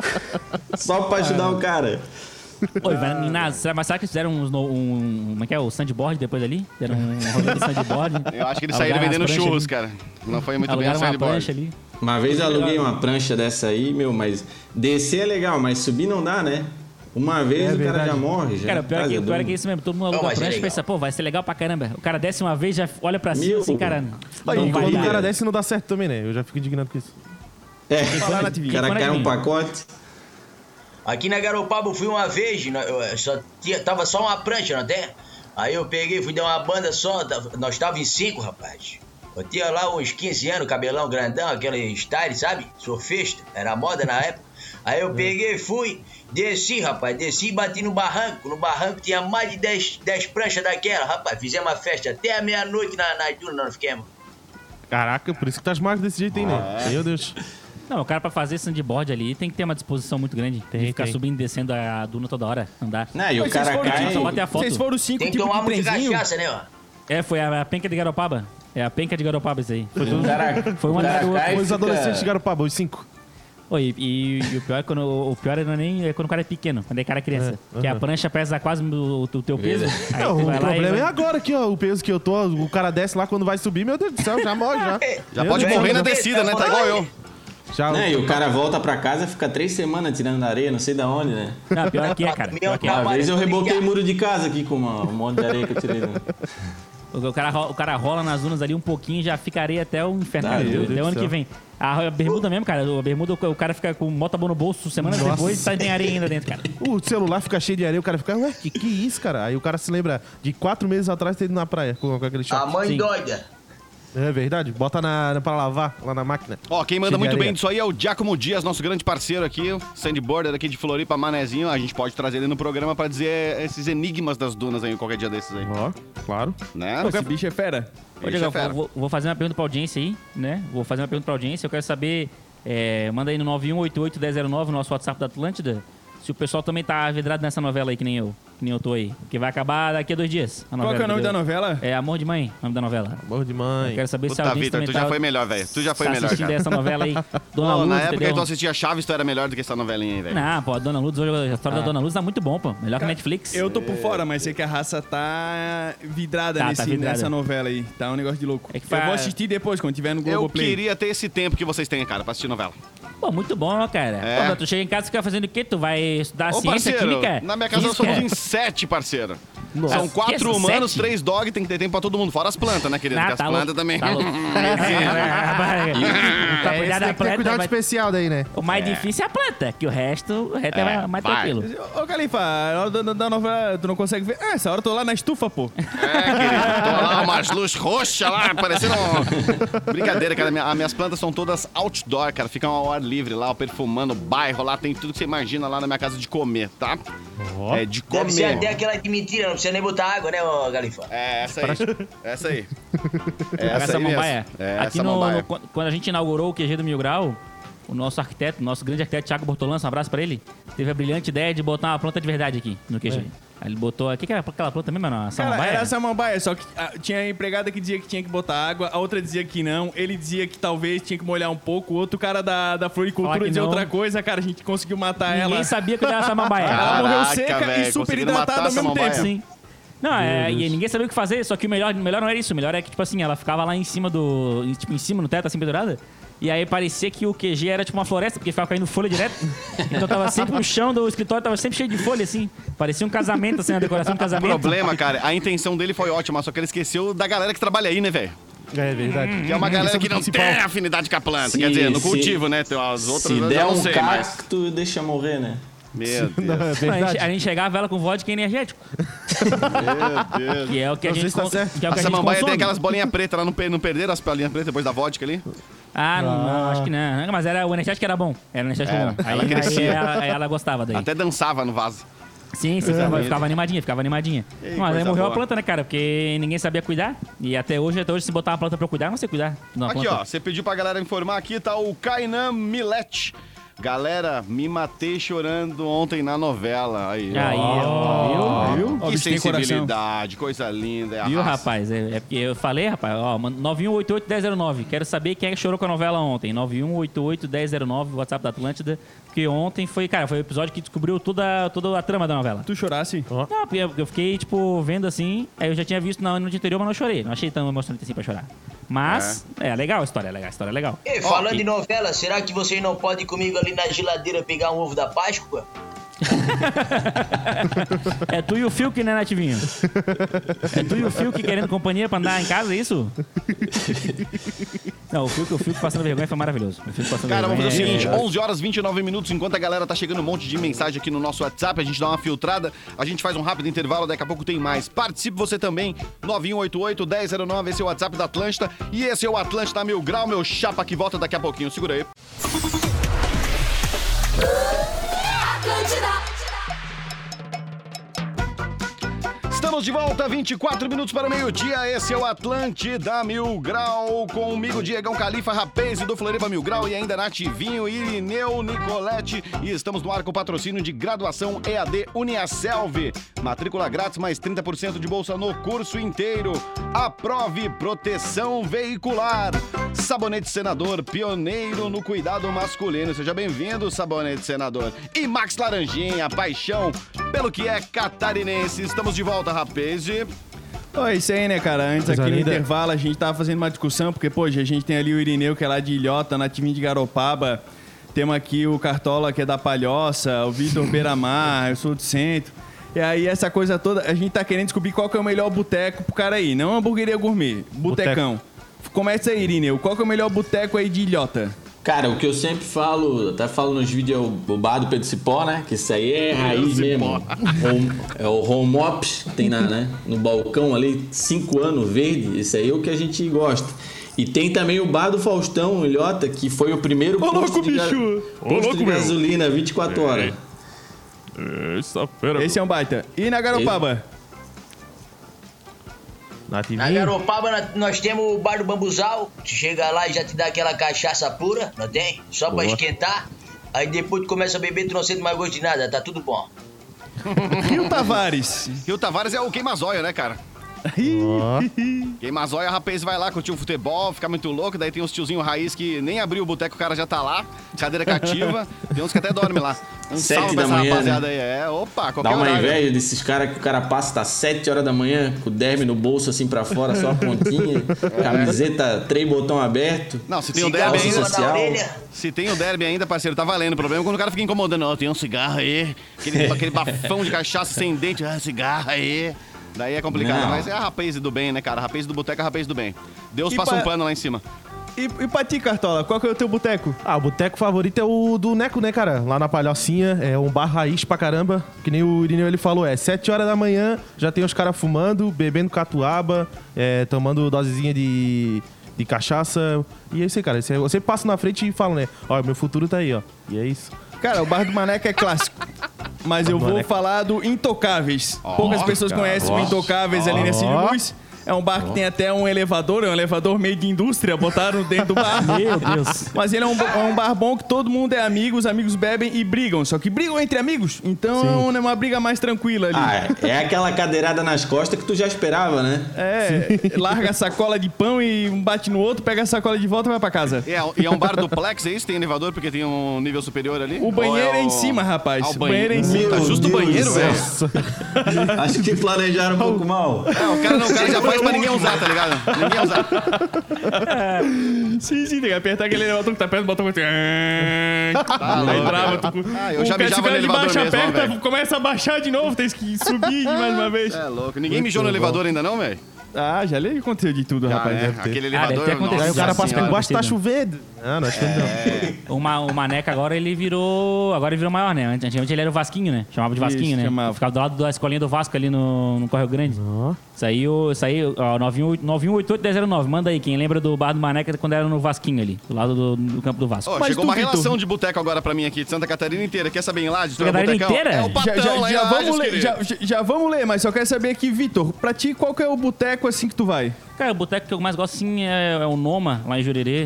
Só pra ajudar o cara. Oi, vai, na, será, mas será que eles fizeram uns no- um... Como é que é? O sandboard depois ali? Fizeram um rolê de sandboard. Eu acho que eles Alugaram saíram as vendendo pranchas churros, ali. cara. Não foi muito bem Alugaram o uma sandboard. prancha ali. Uma vez eu aluguei uma prancha dessa aí, meu, mas descer é legal, mas subir não dá, né? Uma vez É o cara verdade. já morre. Já. Cara, o pior, é Tá que, o pior é doido. que é isso mesmo. Todo mundo Não, aluga a mas é prancha e legal. pensa: pô, vai ser legal pra caramba. O cara desce uma vez, já olha pra cima Meu. assim, cara. Aí, Não vai quando o dar. cara desce não dá certo também, né? Eu já fico indignado com isso. É, Falar na o T V. cara Quando é cai que um vem? pacote. Aqui na Garopaba eu fui uma vez, né, eu só tinha, tava só uma prancha, não tem? Aí eu peguei, fui dar uma banda só, nós tava em cinco, rapaz. Eu tinha lá uns quinze anos, cabelão grandão, aquele style, sabe? Surfista, era moda na época. Aí eu peguei, fui, desci, rapaz, desci e bati no barranco. No barranco tinha mais de dez, dez pranchas daquela, rapaz. Fizemos uma festa até a meia-noite na, na duna, nós fiquemos. Caraca, por isso que tá magro desse jeito aí, né? Meu Deus. Não, o cara pra fazer sandboard ali tem que ter uma disposição muito grande. Tem que ficar tem. subindo e descendo a duna toda hora, andar. Não, e o Mas cara vocês foram cai... tipo- Só bater a foto. Vocês foram cinco Tem que tipos tomar de muita trenzinho? cachaça, né, ó? É, foi a, a penca de Garopaba. É a penca de Garopaba isso aí. Foi O cara, Foi um o cara atrás do outro. cai e Os fica- adolescentes chegaram pra os cinco. Oi, e, e o pior é quando o pior não é nem é quando o cara é pequeno, quando é cara criança. É, que a aham. prancha pesa quase o, o teu peso. Aí Não, tu o vai lá e problema vai- é agora aqui, ó. O peso que eu tô, o cara desce lá quando vai subir, meu Deus do céu, já morre já. Já Meu pode Deus, morrer na Deus. descida, né? Tá igual eu. Já, Né, e o cara volta pra casa, fica três semanas tirando na areia, não sei da onde, né? Não, pior que é, cara. Pior que é. Uma vez eu rebotei o muro de casa aqui com uma- um monte de areia que eu tirei. Né? O o cara, ro- o cara rola nas dunas ali um pouquinho e já ficaria até o inferno. Ah, Até meu o Deus do ano céu. que vem. A bermuda mesmo, cara. A bermuda, o cara fica com motoboy no bolso semanas Nossa. depois e tá tem areia ainda dentro, cara. o celular fica cheio de areia, o cara fica, ué, que que é isso, cara? Aí o cara se lembra de quatro meses atrás ter ido na praia com, com aquele A choque. mãe Sim. doida. É verdade, bota na, pra lavar lá na máquina. Ó, quem manda Cheio de muito areia. bem disso aí é o Giacomo Dias, nosso grande parceiro aqui, sandboarder aqui de Floripa, Manezinho. A gente pode trazer ele no programa pra dizer esses enigmas das dunas aí, qualquer dia desses aí. Ó, claro. Né? Pô, esse bicho é fera. Ô, Bicho Diego, é fera. eu vou, vou fazer uma pergunta pra audiência aí, né? Vou fazer uma pergunta pra audiência. Eu quero saber, é, manda aí no nove um oito oito um zero zero nove, o nosso WhatsApp da Atlântida, se o pessoal também tá vidrado nessa novela aí, que nem eu. Que nem eu tô aí. Que vai acabar daqui a dois dias. A Qual que é o nome entendeu? da novela? É Amor de Mãe, o nome da novela. Amor de Eu mãe. quero saber se a Puta, audiência Vitor, também tu tá, já foi melhor, velho. Tu já foi tá melhor, assistindo cara. essa novela aí. Dona Pô, Luz, na época entendeu? que tu assistia Chaves, tu era melhor do que essa novelinha aí, velho. Não, pô, a Dona Luz, hoje a história da Dona Luz tá muito bom, pô. Melhor que a Netflix. Eu tô por fora, mas sei que a raça tá vidrada, Tá, tá nesse, vidrada. nessa novela aí. Tá um negócio de louco. É que Eu fa- vou assistir depois, quando tiver no Eu Globoplay. queria ter esse tempo que vocês têm, cara, pra assistir novela. Pô, muito bom, cara. É. Pô, mas tu chega em casa e fica fazendo o quê? Tu vai estudar Ô, ciência, parceiro, química? na minha casa nós física? somos em sete, parceiro. Nossa. São quatro Que humanos, sete? três dog, tem que ter tempo pra todo mundo. Fora as plantas, né, querido? Ah, Porque as tá plantas louco, também. tá louco. Pra cuidar da tem que ter planta, cuidado vai- especial daí, né? o mais difícil é a planta, que o resto, o resto é, É, mais vai. tranquilo. Ô, Califa, a hora da, da novela tu não consegue ver? Ah, essa hora eu tô lá na estufa, pô. É, querido. Tô lá, umas luzes roxas lá, parecendo um... Brincadeira, cara. Minha, as minhas plantas são todas outdoor, cara. Ficam ao ar livre lá, perfumando o bairro lá. Tem tudo que você imagina lá na minha casa de comer, tá? É, de Deve ser comer. até aquela de mentira, não precisa nem botar água, né, ô Galifa? É, essa aí. Essa aí. É Essa essa aí mesmo. samambaia. É, Aqui essa no, samambaia. no- quando quando a gente inaugurou o Q G do Mil Grau, o nosso arquiteto, nosso grande arquiteto Thiago Bortolança, um abraço pra ele, teve a brilhante ideia de botar uma planta de verdade aqui no Q G. Aí ele botou... O que, que era aquela planta mesmo? Era uma Cara, samambaia? era samambaia, só que ah, tinha a empregada que dizia que tinha que botar água, a outra dizia que não, ele dizia que talvez tinha que molhar um pouco, o outro cara da, da Falar floricultura que dizia não. outra coisa, cara, a gente conseguiu matar Ninguém ela. sabia que era samambaia. Ela morreu Caraca, seca velho, e super conseguiram matar hidratada ao a mesmo samambaia. tempo. Sim. Não, é, e ninguém sabia o que fazer, só que o melhor, o melhor não era isso. O melhor é que, tipo assim, ela ficava lá em cima do... em- Tipo, em cima, no teto, assim, pendurada. E aí parecia que o Q G era tipo uma floresta, porque ficava caindo folha direto. Então tava sempre o chão do escritório, tava sempre cheio de folha, assim. Parecia um casamento, assim, uma decoração de O casamento. problema, cara, a intenção dele foi ótima, só que ele esqueceu da galera que trabalha aí, né, velho? É verdade. Que é uma galera que não principal. tem afinidade com a planta. Se- Quer dizer, no se- cultivo, né? Tem as outras Se eu der já não um sei, mas... cacto, deixa morrer, né? Meu Deus. Não, é A gente, verdade. a gente chegava ela com vodka energético. Meu Deus. Que é o que a Não sei gente, se tá con- certo. que é o A que a gente samambaia tem consome. aquelas bolinhas pretas lá, não, per- não perderam as bolinhas pretas depois da vodka ali? Ah, não, não, acho que não. Mas era, o energético era bom. Era o energético Era, bom. ela Aí, crescia. aí ela, aí ela gostava daí. Até dançava no vaso. Sim, sim, ficava, ficava animadinha, ficava animadinha. Ei, Mas aí coisa morreu boa. a planta, né, cara? Porque ninguém sabia cuidar. E até hoje, até hoje, se botar uma planta pra eu cuidar, eu não sei cuidar. de uma Aqui, planta. ó, você pediu pra galera informar aqui, tá o Kainan Milete. Galera, me matei chorando ontem na novela. Aí, Aí, ó. ó, viu? Ó, Que bicho tem coração. sensibilidade, coisa linda. É a Viu, raça. rapaz? É, é porque eu falei, rapaz, ó, nove um oito oito um zero zero nove. Quero saber quem é que chorou com a novela ontem. nove um oito oito um zero zero nove, WhatsApp da Atlântida. Porque ontem foi, cara, foi o episódio que descobriu toda, toda a trama da novela. Tu chorasse? Não, porque eu eu fiquei, tipo, vendo assim, aí eu já tinha visto na noite anterior, mas não chorei. Não achei tão emocionante assim pra chorar. Mas, é, legal a história, é legal, a história é legal. Ei, falando e- em novela, será que vocês não podem ir comigo ali na geladeira pegar um ovo da Páscoa? É tu e o Fiuk, né, Nativinho? É tu e o Fiuk querendo companhia pra andar em casa, é isso? Não, o Fiuk, o Fiuk passando vergonha foi maravilhoso. O Fiuk passando Cara, vamos fazer o vergonha. seguinte, onze horas e vinte e nove minutos, enquanto a galera tá chegando um monte de mensagem aqui no nosso WhatsApp, a gente dá uma filtrada, a gente faz um rápido intervalo, daqui a pouco tem mais. Participe você também, nove um oito oito, um zero zero nove, esse é o WhatsApp da Atlântida, e esse é o Atlântida Mil Grau, meu chapa que volta daqui a pouquinho, segura aí. Estamos de volta, vinte e quatro minutos para o meio-dia. Esse é o Atlântida Mil Grau. Comigo, Diegão Califa, Rapaz do Floripa Mil Grau e ainda Nativinho, Irineu, Nicolete. E estamos no ar com o patrocínio de graduação E A D Uniaselv. Matrícula grátis, mais trinta por cento de bolsa no curso inteiro. Aprove proteção veicular. Sabonete Senador, pioneiro no cuidado masculino. Seja bem-vindo, Sabonete Senador. E Max Laranjinha, paixão pelo que é catarinense. Estamos de volta, rapaz. Ó, isso aí, né, cara? Antes Coisa aqui no linda. intervalo a gente tava fazendo uma discussão, porque, pô, a gente tem ali o Irineu, que é lá de Ilhota, Nativinho de Garopaba. Temos aqui o Cartola, que é da Palhoça, o Vitor Beiramar, eu sou do centro. E aí, essa coisa toda, a gente tá querendo descobrir qual que é o melhor boteco pro cara aí. Não hamburgueria gourmet, botecão. Começa aí, Irineu. Qual que é o melhor boteco aí de Ilhota? Cara, o que eu sempre falo, até falo nos vídeos, é o, o bar do Pedro Cipó, né? Que isso aí é raiz mesmo. Home, é o home op, tem na, né? no balcão ali, cinco anos, verde. Isso aí é o que a gente gosta. E tem também o bar do Faustão, Ilhota, que foi o primeiro Ô, posto, louco, de, ga- bicho! posto de gasolina, vinte e quatro horas. Essa-feira. Esse é um baita. E na Garopaba? Na Nativinho. Garopaba nós- nós temos o bar do Bambuzal. Tu chega lá e já te dá aquela cachaça pura, não tem? Só pra Boa. esquentar. Aí depois tu começa a beber, tu não sente mais gosto de nada, tá tudo bom. Rio Tavares. E o Tavares é o queimazóio, né, cara? Ó. Queimazóia, rapaz, vai lá curtir um futebol, ficar muito louco, daí tem uns tiozinhos raiz que nem abriu o boteco, o cara já tá lá, cadeira cativa, tem uns que até dormem lá. Um Sete salve da pra essa manhã, rapaziada né? aí. É, opa, qualquer Dá uma horário. inveja desses caras que o cara passa, tá sete horas da manhã, com o derme no bolso assim pra fora, só a pontinha, camiseta, três botão aberto. Não, se tem o Cigarro derby em cima ainda... da social. orelha. Se tem o derby ainda, parceiro, tá valendo. O problema é quando o cara fica incomodando. Ó, tem um cigarro aí, aquele, aquele bafão de cachaça sem dente, ah, cigarro aí. Daí é complicado, Não. mas é a rapaz do bem, né, cara? Rapaz do boteco é a rapaz do bem. Deus E passa pa- um pano lá em cima. E, e pra ti, Cartola, qual que é o teu boteco? Ah, o boteco favorito é o do Neco, né, cara? Lá na Palhocinha, é um bar raiz pra caramba. Que nem o Irineu ele falou, é sete horas da manhã, já tem os caras fumando, bebendo catuaba, é, tomando dosezinha de, de cachaça. E é isso aí, cara. Esse é- Eu sempre passo na frente e falo, né? Ó, meu futuro tá aí, ó. E é isso. Cara, o Bar do Maneca é clássico. Mas eu do vou Maneca. falar do Intocáveis. Poucas pessoas cara, conhecem o ó. Intocáveis ali nesse Ó. Luz. É um bar que tem até um elevador, é um elevador meio de indústria, botaram dentro do bar. Meu Deus. Mas ele é um, bo- é um bar bom que todo mundo é amigo, os amigos bebem e brigam. Só que brigam entre amigos. Então é uma briga mais tranquila ali. Ah, é, é aquela cadeirada nas costas que tu já esperava, né? É, larga a sacola de pão e um bate no outro, pega a sacola de volta e vai pra casa. E é, e é um bar duplex, é isso? Tem elevador porque tem um nível superior ali? O banheiro Ou é, o- em cima, rapaz. Ah, o O banheiro é em banheiro. cima. Tá justo o Meu banheiro, Deus velho. do céu. Acho que planejaram um pouco mal. É, o cara, não, o cara já faz pra ninguém usar, tá ligado? Ninguém usar. Sim, sim, tem que apertar aquele elevador que tá perto, bota o... Aí louco, trava, cara. tu... Ah, eu o já cara, se mijava o no cara de elevador baixo mesmo, ó, aperta, velho. começa a baixar de novo, tem que subir mais uma vez. É louco. Ninguém mijou no elevador ainda não, velho? Ah, já li aconteceu de tudo, Já, rapaz. né? Deve ter. Aquele Ah, deve elevador... ter acontecido. Aí o cara Nossa passa por senhora, embaixo e tá acontecido. chovendo. Ah, não, acho que não. O, Ma- o Maneca agora ele virou. Agora ele virou maior, né? Antigamente ele era o Vasquinho, né? Chamava de Vasquinho, Isso, né? chamava. Ficava do lado da escolinha do Vasco ali no, no Correio Grande. Ó. Saiu, saiu, ó, nove um oito oito oito zero nove. Manda aí, quem lembra do bar do Maneca quando era no Vasquinho ali, do lado do, do campo do Vasco. Ó, Mas chegou tu, uma Vitor? relação de boteco agora pra mim aqui, de Santa Catarina inteira. Quer saber em Lages? Tu é Catarina botecão? inteira? É o Já, patão já, lá em já Lages, vamos ler, querido. já, já- já vamos ler, mas só quero saber aqui, Vitor, pra ti, qual que é o boteco assim que tu vai? Cara, o boteco que eu mais gosto sim é, é o Noma, lá em Jurerê.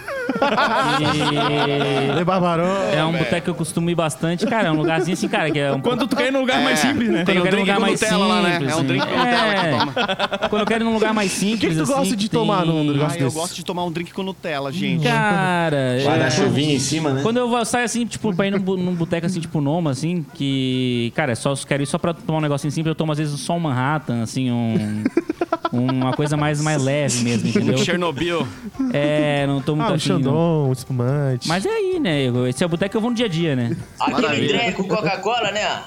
Lê Barbarão. E é um boteco que eu costumo ir bastante. Cara, é um lugarzinho assim, cara, que é um Quando tu quer ir num lugar mais simples, né? Tem Quando um eu quero drink um lugar com mais Nutella lá, né? simples, É um drink com assim. Nutella É. que toma. Quando eu quero ir num lugar mais simples. O que, que tu assim, gosta de tem- tomar num negócio Ah, eu desse? gosto de tomar um drink com Nutella, gente. Cara, Vai é, dar chuvinha em cima, né? quando eu vou- saio assim, tipo, pra ir num, bu- num boteco assim, tipo Noma, assim, que, cara, é só quero ir só pra tomar um negocinho simples, eu tomo às vezes só um Manhattan, assim, um, Uma coisa mais, mais leve mesmo, entendeu? Chernobyl. É, não tô muito Ah, um afim, não. Xandão, um espumante. Mas é aí, né? Esse é o boteco que eu vou no dia a dia, né? Aquele Maravilha. trem com Coca-Cola, né?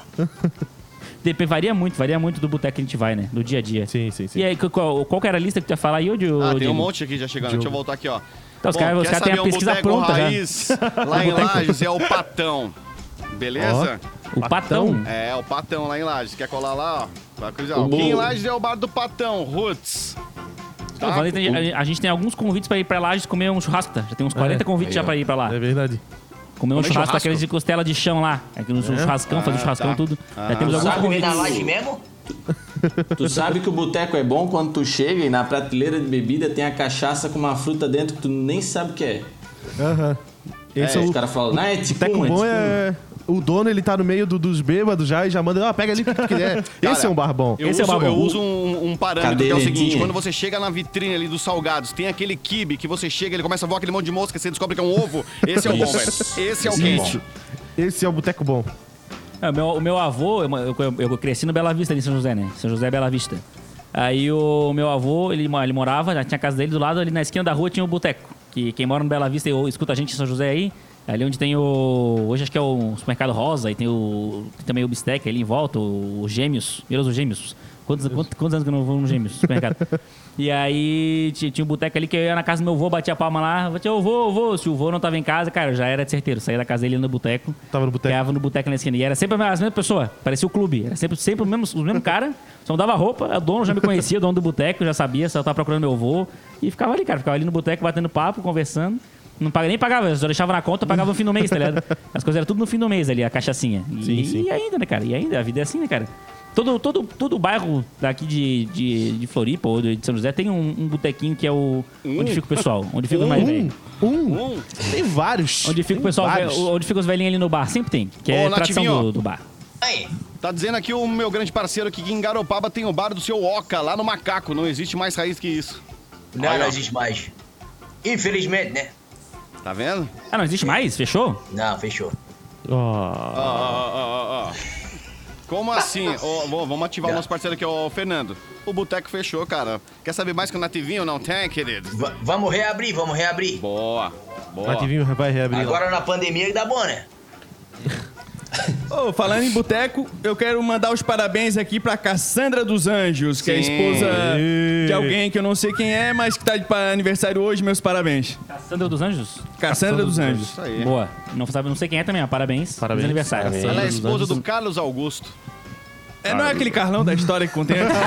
Dep- Varia muito, varia muito do boteco que a gente vai, né? Do dia a dia. Sim, sim, sim. E aí, qual, qual que era a lista que tu ia falar aí, ô, Diego? Ah, tem um monte aqui já chegando. Deixa eu voltar aqui, ó. Então, os Bom, caras os quer cara têm a saber um pesquisa boteco pronta já. raiz lá em Lages é o Patão. Beleza? O Patão. É, o Patão lá em Lages. Quer colar lá, ó? Vai cruzar. O Aqui em bolo. Lages é o bar do Patão, Roots. Eu falei, tem- a, a gente tem alguns convites pra ir pra Lages comer um churrasco, tá? Já tem uns quarenta É, convites aí, já ó. pra ir pra lá. É verdade. Comer um Comer churrasco, churrasco? aqueles de costela de chão lá. Aqueles um churrascão, fazer um Ah, churrascão, tá. tudo. Ah. Já temos alguns Sabe comer na convites. laje mesmo? Tu sabe que o boteco é bom quando tu chega e na prateleira de bebida tem a cachaça com uma fruta dentro que tu nem sabe o que é. Aham. Esse é, Os o caras falam, não, é boteco ticum, é bom ticum. é... O dono, ele tá no meio do- dos bêbados já e já manda, ah, pega ali o que tu quiser. Esse é um bar bom. Eu Esse é uso, o eu barbão. uso um, um parâmetro que é o seguinte: Cadeiretinha. quando você chega na vitrine ali dos salgados, tem aquele quibe que você chega, ele começa a voar aquele monte de mosca, você descobre que é um ovo. Esse é o bom, velho. Esse é o quente. Esse é o boteco bom. É, o, meu, o meu avô, eu, eu- eu cresci no Bela Vista, ali em São José, né? São José Bela Vista. Aí o meu avô, ele, mo- ele morava, já tinha a casa dele do lado, ali na esquina da rua tinha o boteco. Que quem mora no Bela Vista e escuta a gente em São José aí, ali onde tem o... Hoje acho que é o supermercado Rosa, e tem, o, tem também o Bistec ali em volta, o, o Gêmeos, Miras os Gêmeos. Quantos, quantos, quantos anos que eu não vou no Gêmeos, supermercado? E aí tinha, tinha um boteco ali que eu ia na casa do meu avô, batia a palma lá, batia, ô vô, vô, se o vô não tava em casa, cara, já era de certeiro, saía da casa dele no boteco. Tava no boteco. Ficava no boteco na esquina. E era sempre as mesmas pessoas, parecia o clube, era sempre, sempre os mesmos, os mesmos cara, só mudava roupa, o dono já me conhecia, o dono do boteco, já sabia, só tava procurando meu avô. E ficava ali, cara, ficava ali no boteco, batendo papo, conversando. Não paga, nem pagava, só deixava na conta, pagava no fim do mês, tá ligado? As coisas eram tudo no fim do mês ali, a cachaçinha. E, Sim, sim. e ainda, né, cara? E ainda, a vida é assim, né, cara? Todo, todo, todo bairro daqui de, de, de Floripa ou de São José tem um, um botequinho que é o... Onde fica o pessoal? Onde fica os mais velhos? Um, um. Tem vários. Onde fica o Tem pessoal, vários. onde fica os velhinhos ali no bar? Sempre tem, que é Ô, tradição Nativinho, do, do bar. Aí, Tá dizendo aqui o meu grande parceiro que em Garopaba tem o bar do seu Oca, lá no Macaco. Não existe mais raiz que isso. não, Olha, não ó. existe mais. Infelizmente, né? Tá vendo? Ah, não existe mais? Fechou? Não, fechou. Ó. Ó, ó, ó, ó, ó. Como assim? Ó, vou- vamos ativar o nosso parceiro aqui, ó, o Fernando. O boteco fechou, cara. Quer saber mais que o Nativinho? Não tem, querido? Va- vamos reabrir, vamos reabrir. Boa, boa. Nativinho vai reabrir lá. Agora na pandemia dá bom, né? Ô, falando em boteco, eu quero mandar os parabéns aqui pra Cassandra dos Anjos, que é a Sim. esposa Ê. de alguém que eu não sei quem é, mas que tá de pa- aniversário hoje. Meus parabéns. Cassandra dos Anjos? Cassandra dos Anjos. Isso aí. Boa. Não, sabe, não sei quem é também, ó. Parabéns. Parabéns. Feliz aniversário. Parabéns. Ela é dos esposa Anjos. do Carlos Augusto. É, não é aquele Carlão da história que contém antes?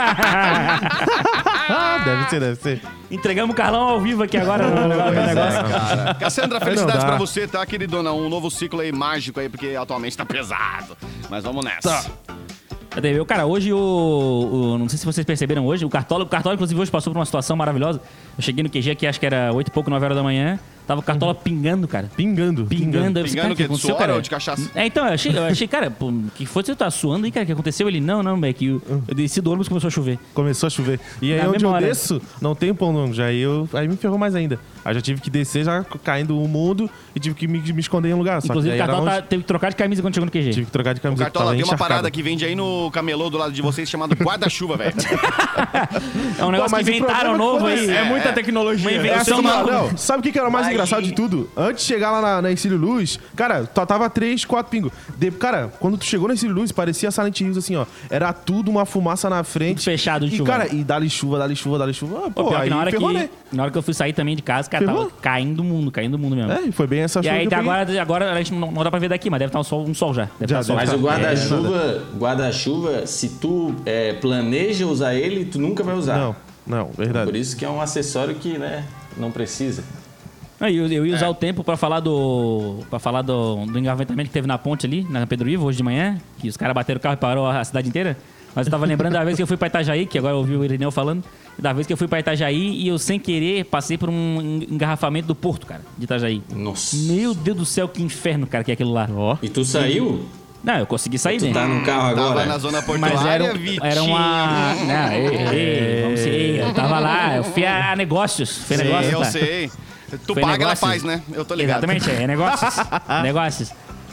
Ah, deve ser, deve ser. Entregamos o Carlão ao vivo aqui agora no negócio. no negócio. Cara. Cassandra, Aí felicidades não dá. pra você, tá, queridona? Um novo ciclo aí mágico aí, porque atualmente tá pesado. Mas vamos nessa. Cadê? Eu, cara, hoje o, o- Não sei se vocês perceberam hoje, o Cartola, o Cartola, inclusive, hoje passou por uma situação maravilhosa. Eu cheguei no Q G aqui, acho que era oito e pouco, nove horas da manhã. Tava o Cartola pingando, cara. Pingando. Pingando. Eu disse, Pingando cara, o quê? De aconteceu, suor cara? ou de cachaça? É, então, eu achei, eu achei cara, pô, que foi você tá suando aí, cara? O que aconteceu? Ele, não, não, é que eu, eu desci do ônibus e começou a chover. Começou a chover. E aí Na onde mesma eu hora. desço, não tem pão longo. Já aí, eu, aí me ferrou mais ainda. Aí já tive que descer, já caindo o mundo e tive que me, me esconder em um lugar. Só Inclusive, que o aí era Cartola tá- longe. teve que trocar de camisa quando chegou no Q G. Tive que trocar de O camiseta. Cartola, tava tem uma encharcado. parada que vende aí no camelô do lado de vocês chamado guarda-chuva, velho. É um negócio mas que o inventaram problema novo foi aí. esse. É muita tecnologia. Uma É invenção assim, nova. não, não. Sabe o que, que era o mais Aí. engraçado de tudo? Antes de chegar lá na, na Encílio Luz, cara, só tava três, quatro pingos. De- cara, quando tu chegou na Encílio Luz, parecia Silent Hills, assim, ó. Era tudo uma fumaça na frente. Tudo fechado de e, chuva. cara, e dá-lhe chuva, dá-lhe chuva, dá-lhe chuva. Ah, Pô, pô, pior que aí na hora ferrou, que, né? na hora que eu fui sair também de casa, cara, Ferrou? tava caindo o mundo, caindo o mundo mesmo. É, e foi bem essa E chuva aí que eu peguei. agora, agora a gente não, não dá pra ver daqui, mas deve estar um sol, um sol já. Deve Já, estar sol. deve Mas o É, guarda-chuva, guarda-chuva, se tu é, planeja usar ele, tu nunca vai usar. Não, não, verdade. Por isso que é um acessório que, né, não precisa. Não, eu, eu ia É. usar o tempo pra falar do. para falar do, do engavetamento que teve na ponte ali, na Pedro Ivo, hoje de manhã, que os caras bateram o carro e parou a cidade inteira. Mas eu tava lembrando da vez que eu fui pra Itajaí, que agora eu ouvi o Irineu falando, da vez que eu fui pra Itajaí e eu, sem querer, passei por um engarrafamento do porto, cara, de Itajaí. Nossa. Meu Deus do céu, que inferno, cara, que é aquilo lá. Ó. E tu saiu? Não, eu consegui sair, Tu né? tá no carro Tava agora? na zona portuária, Mas era, um- Vitinho. era uma. Não, ei, ei, vamos ser, ei, eu tava lá, eu fui a negócios. Fui a negócios, eu tá? sei. Tu Foi paga, ela negócios. faz, né? Eu tô ligado. Exatamente, é negócios. negócios.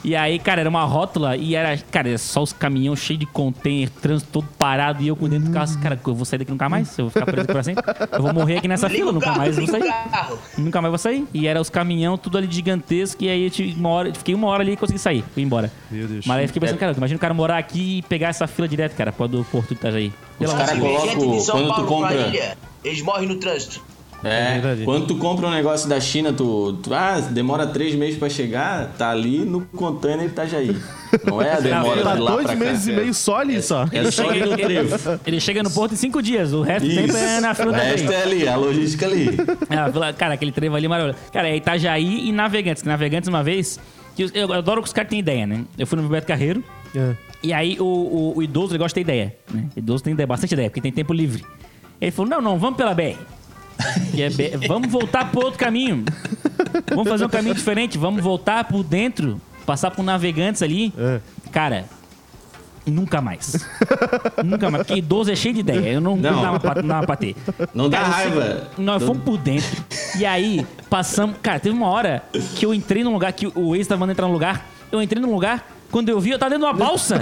E aí, cara, era uma rótula e era, cara, era só os caminhões cheios de container, trânsito todo parado e eu com dentro do carro, assim, cara, eu vou sair daqui nunca mais, eu vou ficar preso aqui pra sempre. Eu vou morrer aqui nessa fila, nunca mais vou sair. Nunca mais vou sair. E era os caminhões, tudo ali gigantesco, e aí eu tive uma hora, fiquei uma hora ali e consegui sair, fui embora. Meu Deus. Mas aí eu fiquei pensando, cara, imagina o cara morar aqui e pegar essa fila direto, cara, pro do Porto de Itajaí. Os caras colocam, quando tu compra... Eles morrem no trânsito. É, é quando tu compra um negócio da China, tu, tu ah, demora três meses pra chegar, tá ali no container Itajaí. Não é a demora tá de lá dois pra meses cá. e meio só ali, é, só. É só ali no trevo. Ele chega no Porto em cinco dias, o resto do tempo é na fila o da resto frente. é ali, a logística ali. É, cara, aquele trevo ali é maravilhoso. Cara, é Itajaí e Navegantes. Que Navegantes, uma vez... Que eu, eu adoro que os caras têm ideia, né? Eu fui no Beto Carreiro. É. E aí o, o, o idoso, ele gosta de ter ideia, né? O idoso tem ideia, bastante ideia, porque tem tempo livre. Ele falou, não, não, vamos pela B R. Que é B R. Vamos voltar por outro caminho. Vamos fazer um caminho diferente. Vamos voltar por dentro, passar por Navegantes ali. É. Cara... Nunca mais. Nunca mais. Porque idoso é cheio de ideia. Eu não, não. dava pra, não dava pra ter. Não dá cara, raiva. Sei, nós Tô... fomos por dentro. E aí, passamos... Cara, teve uma hora que eu entrei num lugar, que o ex tava mandando entrar num lugar. Eu entrei num lugar... Quando eu vi, eu tava dentro de uma balsa.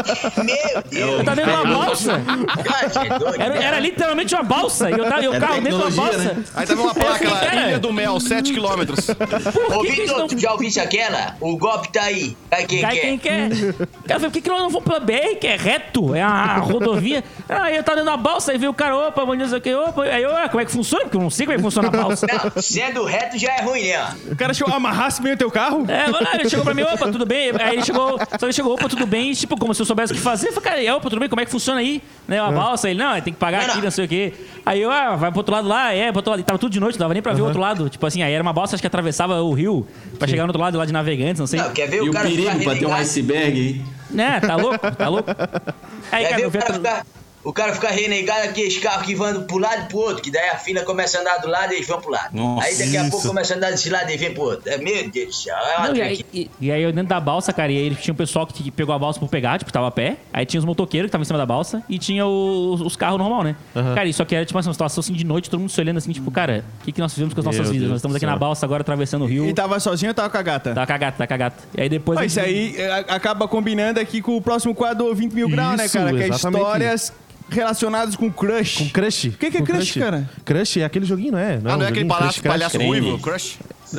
Meu Deus. Eu tava dentro de uma balsa. Era, era literalmente uma balsa. E eu tava, eu é carro dentro de uma balsa. Né? Aí tava uma placa lá, cara, Ilha do Mel, sete quilômetros. Ô, Vitor, tu já ouviste aquela? O golpe tá aí. Cai quem Cai quer. quem quer. Cara, por que, que nós não vamos pela B R, que é reto? É a rodovia. Aí eu tava dentro da balsa, aí veio o cara, opa, bom dia, sei o que, opa. Aí eu, ah, como é que funciona? Porque eu não sei como é que funciona a balsa. Não, sendo reto já é ruim, né? O cara chegou, amarrasse bem o teu carro? É, ele chegou pra mim, opa, tudo bem? Aí ele chegou, só ele chegou, opa, tudo bem? E, tipo, como se eu soubesse o que fazer. Eu falei, cara, opa, tudo bem? Como é que funciona aí? Né, uma balsa? Ele, não, tem que pagar aqui, não sei o quê. Aí eu, ah, vai pro outro lado lá, é, pro outro lado. E tava tudo de noite, não dava nem pra ver o outro lado. Tipo assim, aí era uma balsa, acho que atravessava o rio pra chegar no outro lado, lá de Navegantes, não sei. Não, quer ver E o o cara perigo ficar pra ter um renegado? iceberg aí. Né, tá louco? Tá louco? Aí, Quer cara, ver eu o vi cara a... ficar... O cara fica renegado aqueles carros que vão pro lado e pro outro, que daí a fila começa a andar do lado e eles vão pro lado. Nossa, aí daqui a isso. pouco começa a andar desse lado e vem pro outro. É, meu Deus do céu, é uma Não, e, tranquila. aí, e, e aí eu dentro da balsa, cara, e aí tinha um pessoal que pegou a balsa por pegar, tipo, tava a pé. Aí tinha os motoqueiros que estavam em cima da balsa e tinha os, os carros normal, né? Uhum. Cara, isso aqui era tipo uma situação assim de noite, todo mundo se olhando assim, tipo, cara, o que, que nós fizemos com as nossas Meu vidas? Deus Nós estamos do aqui céu. na balsa agora atravessando o rio. E tava sozinho ou tava com a gata? Tá cagado, tá cagado. E aí depois. Pô, a isso gente- aí é, acaba combinando aqui com o próximo quadro vinte mil graus, né, Isso, cara? Que é exatamente. histórias relacionadas com crush. Com Crush. O que, que é Com crush, cara? Crush é aquele joguinho, não é? Ah, não é um aquele joguinho palhaço, Crush, Crash? palhaço creme. ruivo, Crush?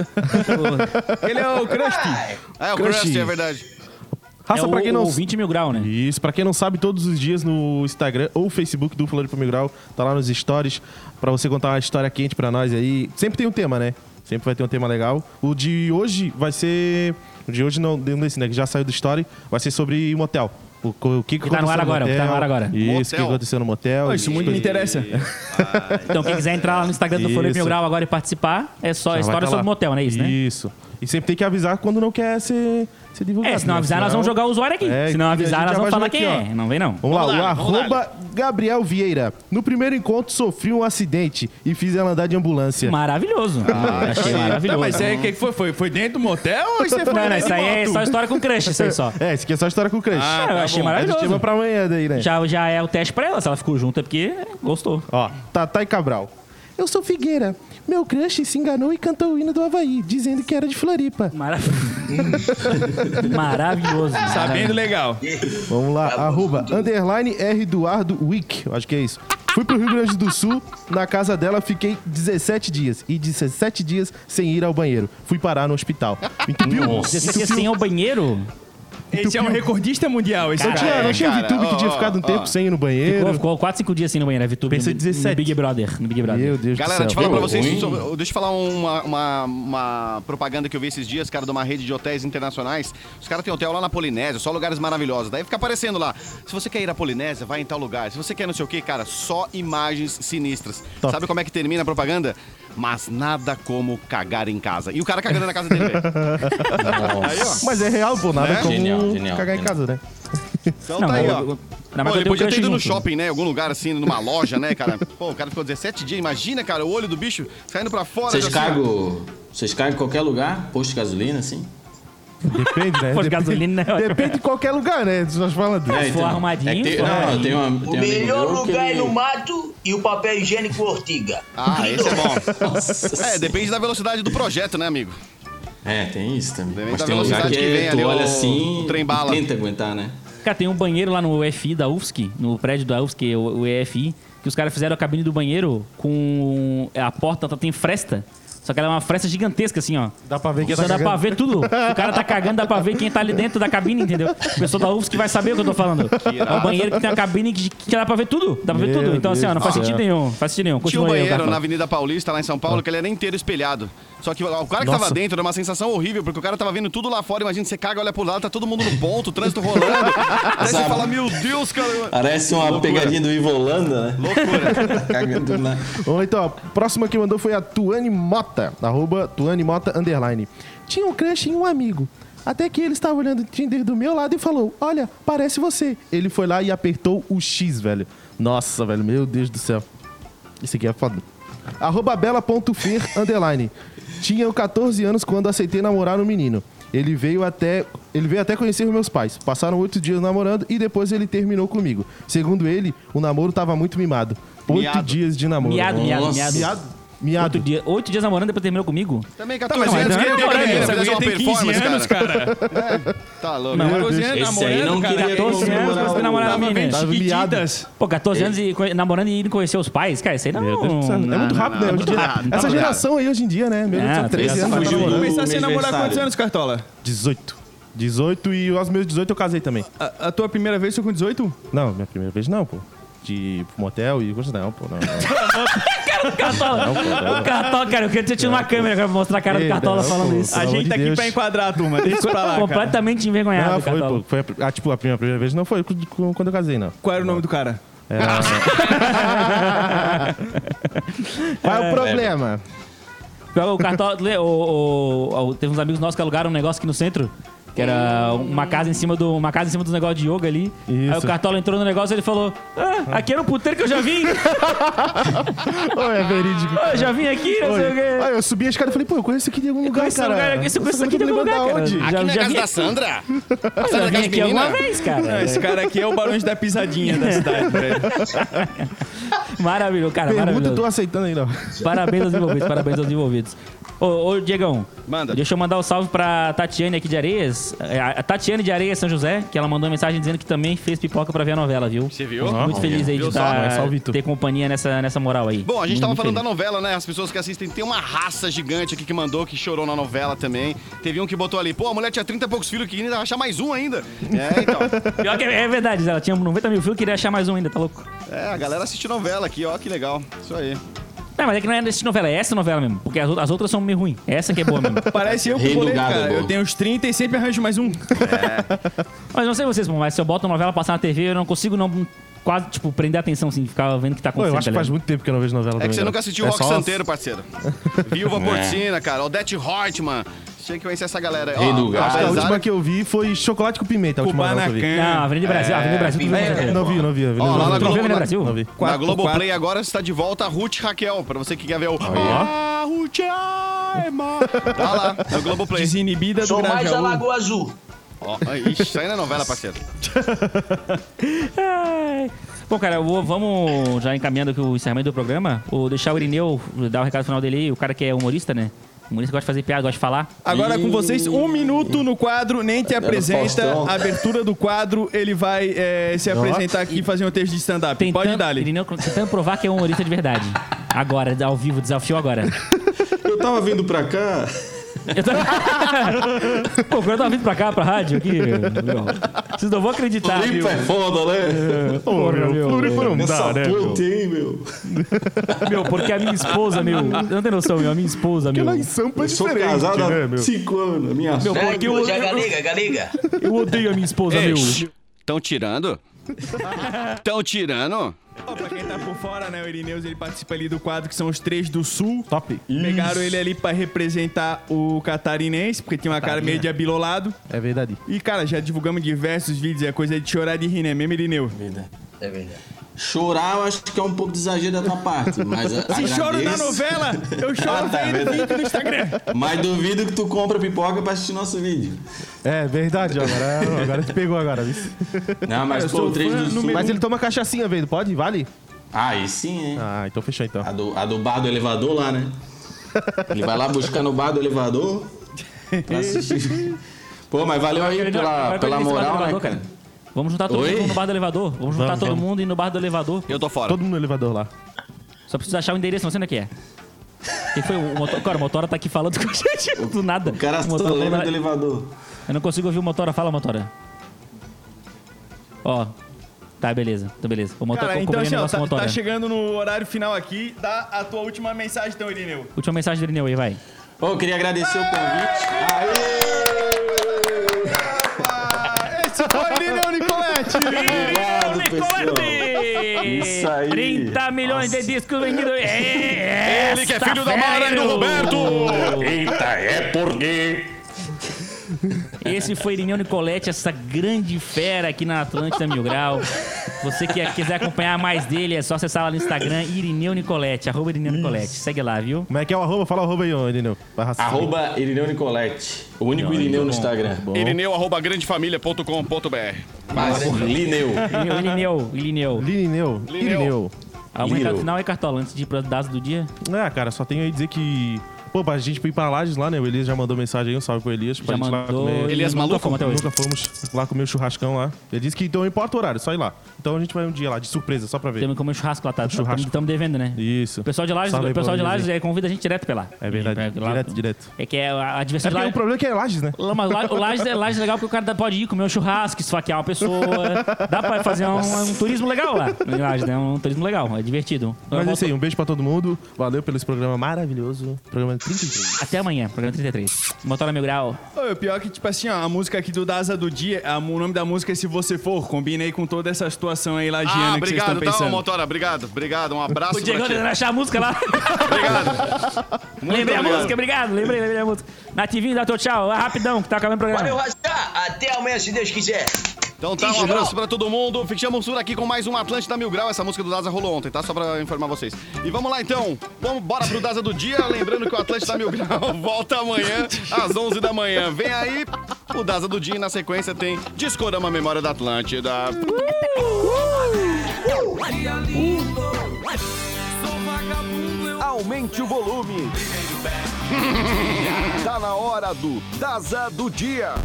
Ele é o crush. Ah, é o Crush. Crush, é verdade. Raça, é pra o, quem não... o vinte mil grau, né? Isso, pra quem não sabe, todos os dias no Instagram ou Facebook do Floripa Mil Grau, tá lá nos stories, pra você contar uma história quente pra nós aí. Sempre tem um tema, né? Sempre vai ter um tema legal. O de hoje vai ser... O de hoje não, não desse, né? Que já saiu do story. Vai ser sobre motel. O, o que, que Que tá no ar aconteceu agora, o que tá no ar agora. Isso, o Motel. que aconteceu no motel. Pô, isso e muito me coisas- interessa. Então, quem quiser entrar lá no Instagram do Floripa Mil Isso. Grau agora e participar, é só Já vai história tá sobre lá. motel, não é isso, né? Isso. E sempre tem que avisar quando não quer ser, ser divulgado. É, se não né? avisar, nós vamos jogar o usuário aqui. É, se não e a avisar, gente nós já vamos vai falar jogar quem aqui, é. Não vem, não. Vamos lá, Vamos lá, o vamos arroba Gabriel Vieira. No primeiro encontro, sofri um acidente e fiz ela andar de ambulância. Maravilhoso. Achei Tá, maravilhoso. mas isso aí, o que que foi? foi? Foi dentro do motel ou isso aí foi Não, não, dentro isso aí de é moto? só história com crush, isso aí só. É, esse aqui é só história com crush. Ah, eu tá achei bom. A gente maravilhoso. chama pra amanhã daí, né? Já, já é o teste pra ela, se ela ficou junto é porque gostou. Ó, Tatá e Cabral. Eu sou Figueira. Meu crush se enganou e cantou o hino do Havaí, dizendo que era de Floripa. Marav... Maravilhoso. Sabendo legal. Vamos lá, Tá arroba, underline R Eduardo Wick, eu acho que é isso. Fui pro Rio Grande do Sul, na casa dela fiquei dezessete dias. E dezessete dias sem ir ao banheiro. Fui parar no hospital. Entupiu. Você quer sem ir ao banheiro? Esse é um recordista mundial, esse Não cara. tinha, não é, tinha cara, Vitube que tinha ó, ficado um ó. tempo sem ir no banheiro. Ficou, ficou quatro, cinco dias assim no banheiro, a VTube. Pensei no, dezessete. no Big Brother. No Big Brother. Meu Deus Galera, do deixa céu. eu falar pra Deu vocês, ruim. sobre- deixa eu falar uma, uma, uma propaganda que eu vi esses dias, cara, de uma rede de hotéis internacionais. Os caras têm hotel lá na Polinésia, só lugares maravilhosos. Daí fica aparecendo lá, se você quer ir à Polinésia, vai em tal lugar. Se você quer não sei o que, cara, só imagens sinistras. Top. Sabe como é que termina a propaganda? Mas nada como cagar em casa. E o cara cagando na casa dele, velho. Aí, ó. Mas é real, pô, nada Né? como Genial, genial, cagar em genial. casa, né? Então Não, tá aí, mas ó. eu- eu- Pô, Ainda mais que eu ele tenho podia ter crush ido no junto. shopping, né? Algum lugar assim, numa loja, né, cara? Pô, o cara ficou dezessete dias. Imagina, cara, o olho do bicho saindo pra fora. Vocês assim, ó. cargam, vocês cargam em qualquer lugar? Posto de gasolina, assim? Depende, né? Posto de Depende- gasolina, né? Depende de qualquer lugar, né? Tu tá falando. É, for arrumadinho, é que tem, for não, eu arrumadinho. tenho uma, O tenho um amigo melhor meu que lugar é ele- no mato e o papel higiênico ortiga. Ah, esse é bom. Nossa É, depende da velocidade do projeto, né, amigo? É, tem isso também. Depende Mas da tem um lugar velocidade que, que vem é, ali tu olha o- assim o trem bala. e tenta aguentar, né? Cara, tem um banheiro lá no U F I da U F S C, no prédio da U F S C, o, o E F I, que os caras fizeram a cabine do banheiro com a porta, tem fresta. Só que ela é uma fresta gigantesca, assim, ó. Dá pra ver quem Só tá dá pra cagando. ver tudo. O cara tá cagando, dá pra ver quem tá ali dentro da cabine, entendeu? O pessoal da U F S C que vai saber o que eu tô falando. É um banheiro que tem uma cabine que, que dá pra ver tudo. Dá pra ver Meu tudo. Então, assim, ó, não faz Deus do sentido céu. nenhum. Faz sentido nenhum. Tinha um Continua aí, banheiro Cartola. na Avenida Paulista, lá em São Paulo, que ele era inteiro espelhado. Só que o o cara que tava Nossa. dentro era uma sensação horrível, porque o cara tava vendo tudo lá fora. Imagina, você caga, olha pro lado, tá todo mundo no ponto, o trânsito rolando. Aí você Sabe? fala, meu Deus, cara. Parece uma Loucura. pegadinha do Ivo Holanda, né? Loucura. Cagando lá. Bom, então, a próxima que mandou foi a Tuane Mota, arroba Tuane Mota, underline. Tinha um crush em um amigo. Até que ele estava olhando o Tinder do meu lado e falou, olha, parece você. Ele foi lá e apertou o X, velho. Nossa, velho, meu Deus do céu. Esse aqui é foda. Arroba bela.fer, underline. Tinha catorze anos quando aceitei namorar um menino. Ele veio até, ele veio até conhecer meus pais. Passaram oito dias namorando e depois ele terminou comigo. Segundo ele, o namoro tava muito mimado. Oito Miado. dias de namoro. Miado, miado, Nossa. miado. Miado? Miado. Oito dias, oito dias namorando, depois terminou comigo? Também Tá, catorze mas anos, ainda quem não tem é que namorando, menina essa fez guria uma tem quinze performance, anos, cara. cara. Tá louco. Não, Meu catorze Deus. anos Esse aí namorando, não cara. queria catorze anos, namorar você o- namorar a Tava menina. vendo Tava miado. Chiquititas. Pô, catorze anos e conhe- namorando e indo conhecer os pais? Cara, isso aí não... Meu Deus do céu. É muito rápido, né? Hoje em dia- rápido, Essa tá geração aí hoje em dia, né? Meu Deus, É, são treze essa anos. foi tá de- namorando. Começar a se namorar aniversário. quantos anos, Cartola? dezoito. dezoito e aos meus dezoito eu casei também. A, a tua primeira vez foi com dezoito? Não, minha primeira vez não, pô. De motel e coisa não, pô. Não, não. O Cartola, Não, pô, não. o Cartola, cara, eu queria ter tido uma câmera pra mostrar a cara do Ei, Cartola não, falando pô. isso. A Pelo gente amor tá de aqui Deus. pra enquadrar a turma. Deixa isso pra lá, cara. Completamente envergonhado, Não, do foi, Cartola. pô. Foi a, ah, tipo, a minha primeira vez não foi com- com- quando eu casei, não. Qual era o nome do cara? Qual é o problema? O Cartola, o, o- o- teve uns amigos nossos que alugaram um negócio aqui no centro. Que era uma casa em cima do uma casa em cima dos negócios de yoga ali. Aí o Isso. Cartola entrou no negócio e ele falou: Ah, aqui era um puteiro que eu já vim! Ô, é verídico. Ah, eu já vim aqui, não sei o Oi. quê. Aí eu subi a escada e falei, pô, eu conheço aqui de algum lugar, Esse cara. lugar, esse, Nossa, esse aqui eu de tô algum lembrando lugar, da cara. onde? Aqui na já casa vim, da Sandra? A já Sandra vim das aqui alguma meninas? vez, cara. Não, esse cara aqui é o Barões da Pisadinha da cidade, velho. Maravilhoso, cara, Pergunta, eu maravilhoso. tô aceitando aí, não. Parabéns aos envolvidos, parabéns aos envolvidos. Ô, ô, Diegão, Manda. deixa eu mandar um salve pra Tatiane aqui de Areias. É, A Tatiane de Areias São José, que ela mandou uma mensagem dizendo que também fez pipoca pra ver a novela, viu? Você viu? Muito feliz aí de Viu só? tá- É só o Vitor. ter companhia nessa, nessa moral aí. Bom, a gente tava Muito falando feliz. da novela, né? As pessoas que assistem, tem uma raça gigante aqui que mandou, que chorou na novela também. Teve um que botou ali, pô, a mulher tinha trinta e poucos filhos, que ainda vai achar mais um ainda. É, então. Pior que é, é verdade, ela tinha noventa mil filhos, queria achar mais um ainda, tá louco? É, a galera assiste novela aqui, ó, que legal. Isso aí. Não, mas é que não é dessa novela, é essa novela mesmo. Porque as, out- as outras são meio ruins. Essa que é boa mesmo. Parece eu com Rei o do boleto, gado, cara. bom. Eu tenho uns trinta e sempre arranjo mais um. Mas não sei vocês, pô, mas se eu boto uma novela passar na T V, eu não consigo não quase, tipo, prender atenção, assim, ficar vendo o que tá Pô, acontecendo. eu acho que tá faz ligado? muito tempo que eu não vejo novela É que também, você não. nunca assistiu o É Rock só- Santeiro, parceiro. Viúva Porcina, cara. Odete Hortman. Tinha que conhecer essa galera aí. Rei Ó, do gado. Acho que a apesar- última que eu vi foi Chocolate com Pimenta, a última novela que eu vi. Kubanacan. Não, Avenida Brasil, Avenida Brasil. tu viu, é, né? Não vi, não vi. Ó, lá na Tu não viu Globo, Avenida na- Brasil? Não vi. Na Quatro por Globoplay quatro. agora está de volta a Ruth Raquel, pra você que quer ver o... Ah, Ruth Aima. Tá lá, na Globoplay. Desinibida do Sou mais a Grajaú. Lagoa Azul. Ó, ixi, isso aí não é novela, parceiro. Ai. Bom, cara, eu vou- vamos já encaminhando aqui o encerramento do programa. Ou deixar o Irineu dar o recado final dele aí. O cara que é humorista, né? Humorista gosta de fazer piada, gosta de falar. Agora com vocês, um minuto no quadro, nem te apresenta. Faustão. A abertura do quadro, ele vai é, se apresentar aqui e fazer um texto de stand-up. Pode Tentando, dar ali. Irineu tentando provar que é humorista de verdade. Agora, ao vivo, desafio agora. Eu tava vindo pra cá. Eu tô... Pô, quando eu tava vindo pra cá, pra rádio, aqui... Vocês não vão acreditar, viu? Floripa é foda, né? Porra, meu. Floripa não Nessa dá, né, meu? ponte, hein, meu? Meu, porque a minha esposa, meu... Não tem noção, meu. A minha esposa, meu... Lá em Sampa é Eu sou diferente, casado né, há meu? cinco anos. A minha Meu, Né? porque eu, Hoje é eu, galega, galega. eu odeio a minha esposa, meu. Estão tirando? Estão tirando? Ó, pra quem tá por fora, né, o Irineus, ele participa ali do quadro que são os três do Sul. Top. Pegaram ele ali pra representar o catarinense, porque tinha uma cara meio de abilolado. É verdade. E, cara, já divulgamos diversos vídeos, é coisa de chorar de rir, né, mesmo, Irineu? É verdade. Chorar, eu acho que é um pouco de exagero da tua parte, mas a- Se choro na agradeço. novela, eu choro Ah, tá, vendo verdade. vídeo no Instagram. Mas duvido que tu compra pipoca pra assistir nosso vídeo. É verdade, agora, agora te pegou agora. viu? Não, mas Eu pô, sou o três fã do Sul... número Mas ele toma cachaçinha, velho. Pode? Vale? Ah, aí sim, hein? Ah, então fechou então. A do, a do bar do elevador lá, né? Ele vai lá buscar no bar do elevador. pra assistir. Pô, mas valeu aí pela, pela moral, né, cara? Vamos juntar todo Oi? mundo no bar do elevador. Vamos juntar Vamos, todo vamos. mundo e ir no bar do elevador. Eu tô fora. Todo mundo no elevador lá. Só preciso achar o endereço, não sei onde é que é. Quem foi o motor? Cara, o Motora tá aqui falando com a gente do nada. O cara Motora só lembra falando- do elevador. Eu não consigo ouvir o Motora. Fala, Motora. Ó. Tá, beleza. Então, beleza. O Motora Cara, ficou então cobrindo assim, o ó, negócio tá, do Motora. tá chegando no horário final aqui. Dá a tua última mensagem, então, Irineu. Última mensagem do Irineu aí, vai. Ô, eu queria agradecer o convite. Esse foi o Irineu Nicoletti. Obrigado, pessoal. Isso aí. trinta milhões de discos vendidos. É, Ele que é filho da Mara e do Roberto. Eita, é porque... Esse foi Irineu Nicoletti, essa grande fera aqui na Atlântida Mil Grau. Você que quiser acompanhar mais dele, é só acessar lá no Instagram, Irineu Nicoletti, arroba Irineu Nicoletti. Segue lá, viu? Como é que é o arroba? Fala o arroba aí, ô, Irineu. Vai raciocinar. Arroba Irineu Nicoletti. O único Irineu no Instagram. Irineu, arroba grandefamilia ponto com ponto b r. Lineu. Irineu, Irineu, Irineu. Lirineu. Irineu. Algum Irineu. recado final aí, Cartola, antes de ir para dados do dia? Ah, cara, só tenho aí dizer que... Pô, pra gente ir pra Lages lá, né? O Elias já mandou mensagem aí, um salve pro Elias. Pra Já gente mandou... lá comer. Elias nunca maluco? fomos até hoje. Nunca fomos lá comer o churrascão lá. Ele disse que então não importa o horário, só ir lá. Então a gente vai um dia lá, de surpresa, só pra ver. Temos que comer um churrasco lá, tá? churrasco. Estamos devendo, né? Isso. O pessoal de Lages, Salve aí o pessoal pro de Lages Elias é, convida a gente direto pra lá. aí. É verdade. Pra lá- Direto, direto. É que é a, a É diversão de porque lá... o problema é que é Lages, né? Lá, mas lá- o Lages é, Lages é legal porque o cara pode ir comer um churrasco, esfaquear uma pessoa. Dá pra fazer um, um turismo legal lá. Em Lages, né? Um turismo legal, é divertido. Mas é Eu isso aí, um beijo pra todo mundo. Valeu pelo esse programa maravilhoso. Programa trinta e três. Até amanhã, programa trinta e três. Motora Mil Grau. Ô, o pior é que, tipo assim, ó, a música aqui do Daza do Dia, a- o nome da música é Se Você For. Combina aí com toda essa situação aí lagiana Ah, que vocês obrigado, estão tá, pensando. Motora. Obrigado, obrigado. Um abraço O Diego pra ti. tentando achar a música lá. Obrigado. Muito lembrei a obrigado. música, obrigado. Lembrei, lembrei a música. Nativinho, dá teu tchau. Vai rapidão, que tá acabando o programa. Valeu, Raça. Até amanhã, se Deus quiser. Então tá, um Isso, abraço não. pra todo mundo. Ficamos por aqui com mais um Atlântida Mil Grau. Essa música do Daza rolou ontem, tá? Só pra informar vocês. E vamos lá então. Vamos, bora pro Daza do Dia. Lembrando que o Atlântida Mil Grau volta amanhã às onze da manhã. Vem aí o Daza do Dia e na sequência tem Discorama Memória da Atlântida. Aumente o volume. Tá na hora do Daza do Dia.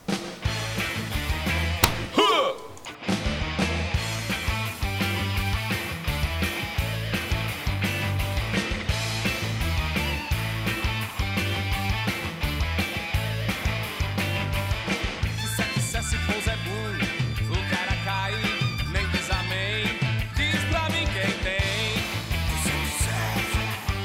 Se pouso é burro, o cara cai, nem diz amém. Diz pra mim quem tem sucesso.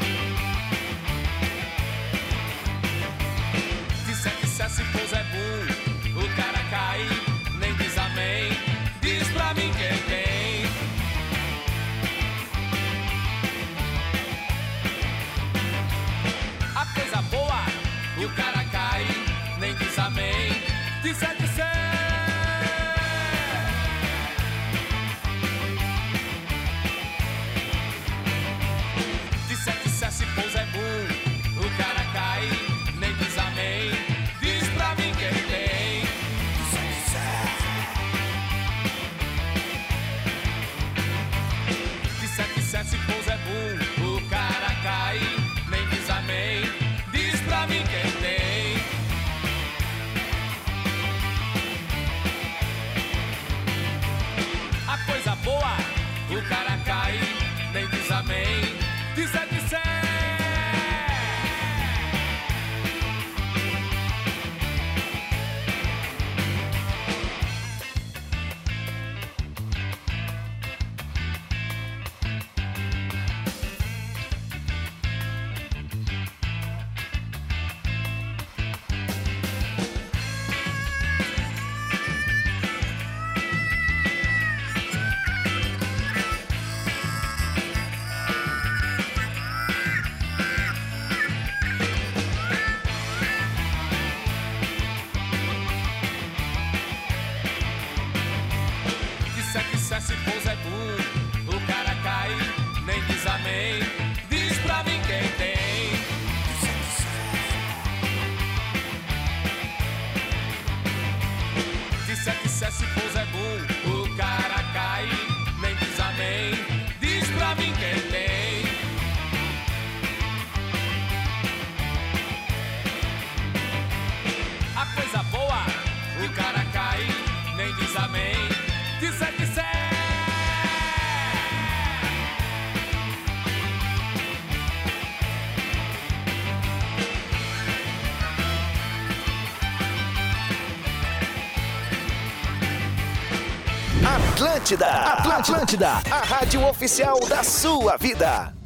Disser que se pouso é burro, o cara cai, nem diz amém. Diz pra mim quem tem. A coisa boa, o cara cai, nem diz amém. Disser que se Disser que se esse pouso é burro, o cara cai, nem diz amém. Diz pra mim quem tem. Disser que se esse pouso é burro, o cara cai, nem diz amém. Diz pra mim quem tem. A coisa boa, o cara cai, nem diz amém. Diz é dizer. Disser que se esse pouso é burro, o cara cai, nem diz amém. Diz pra mim quem tem. Disser que se esse pouso é burro, o cara cai, nem diz amém. Diz pra mim quem tem. Atlântida, Atlântida, a rádio oficial da sua vida.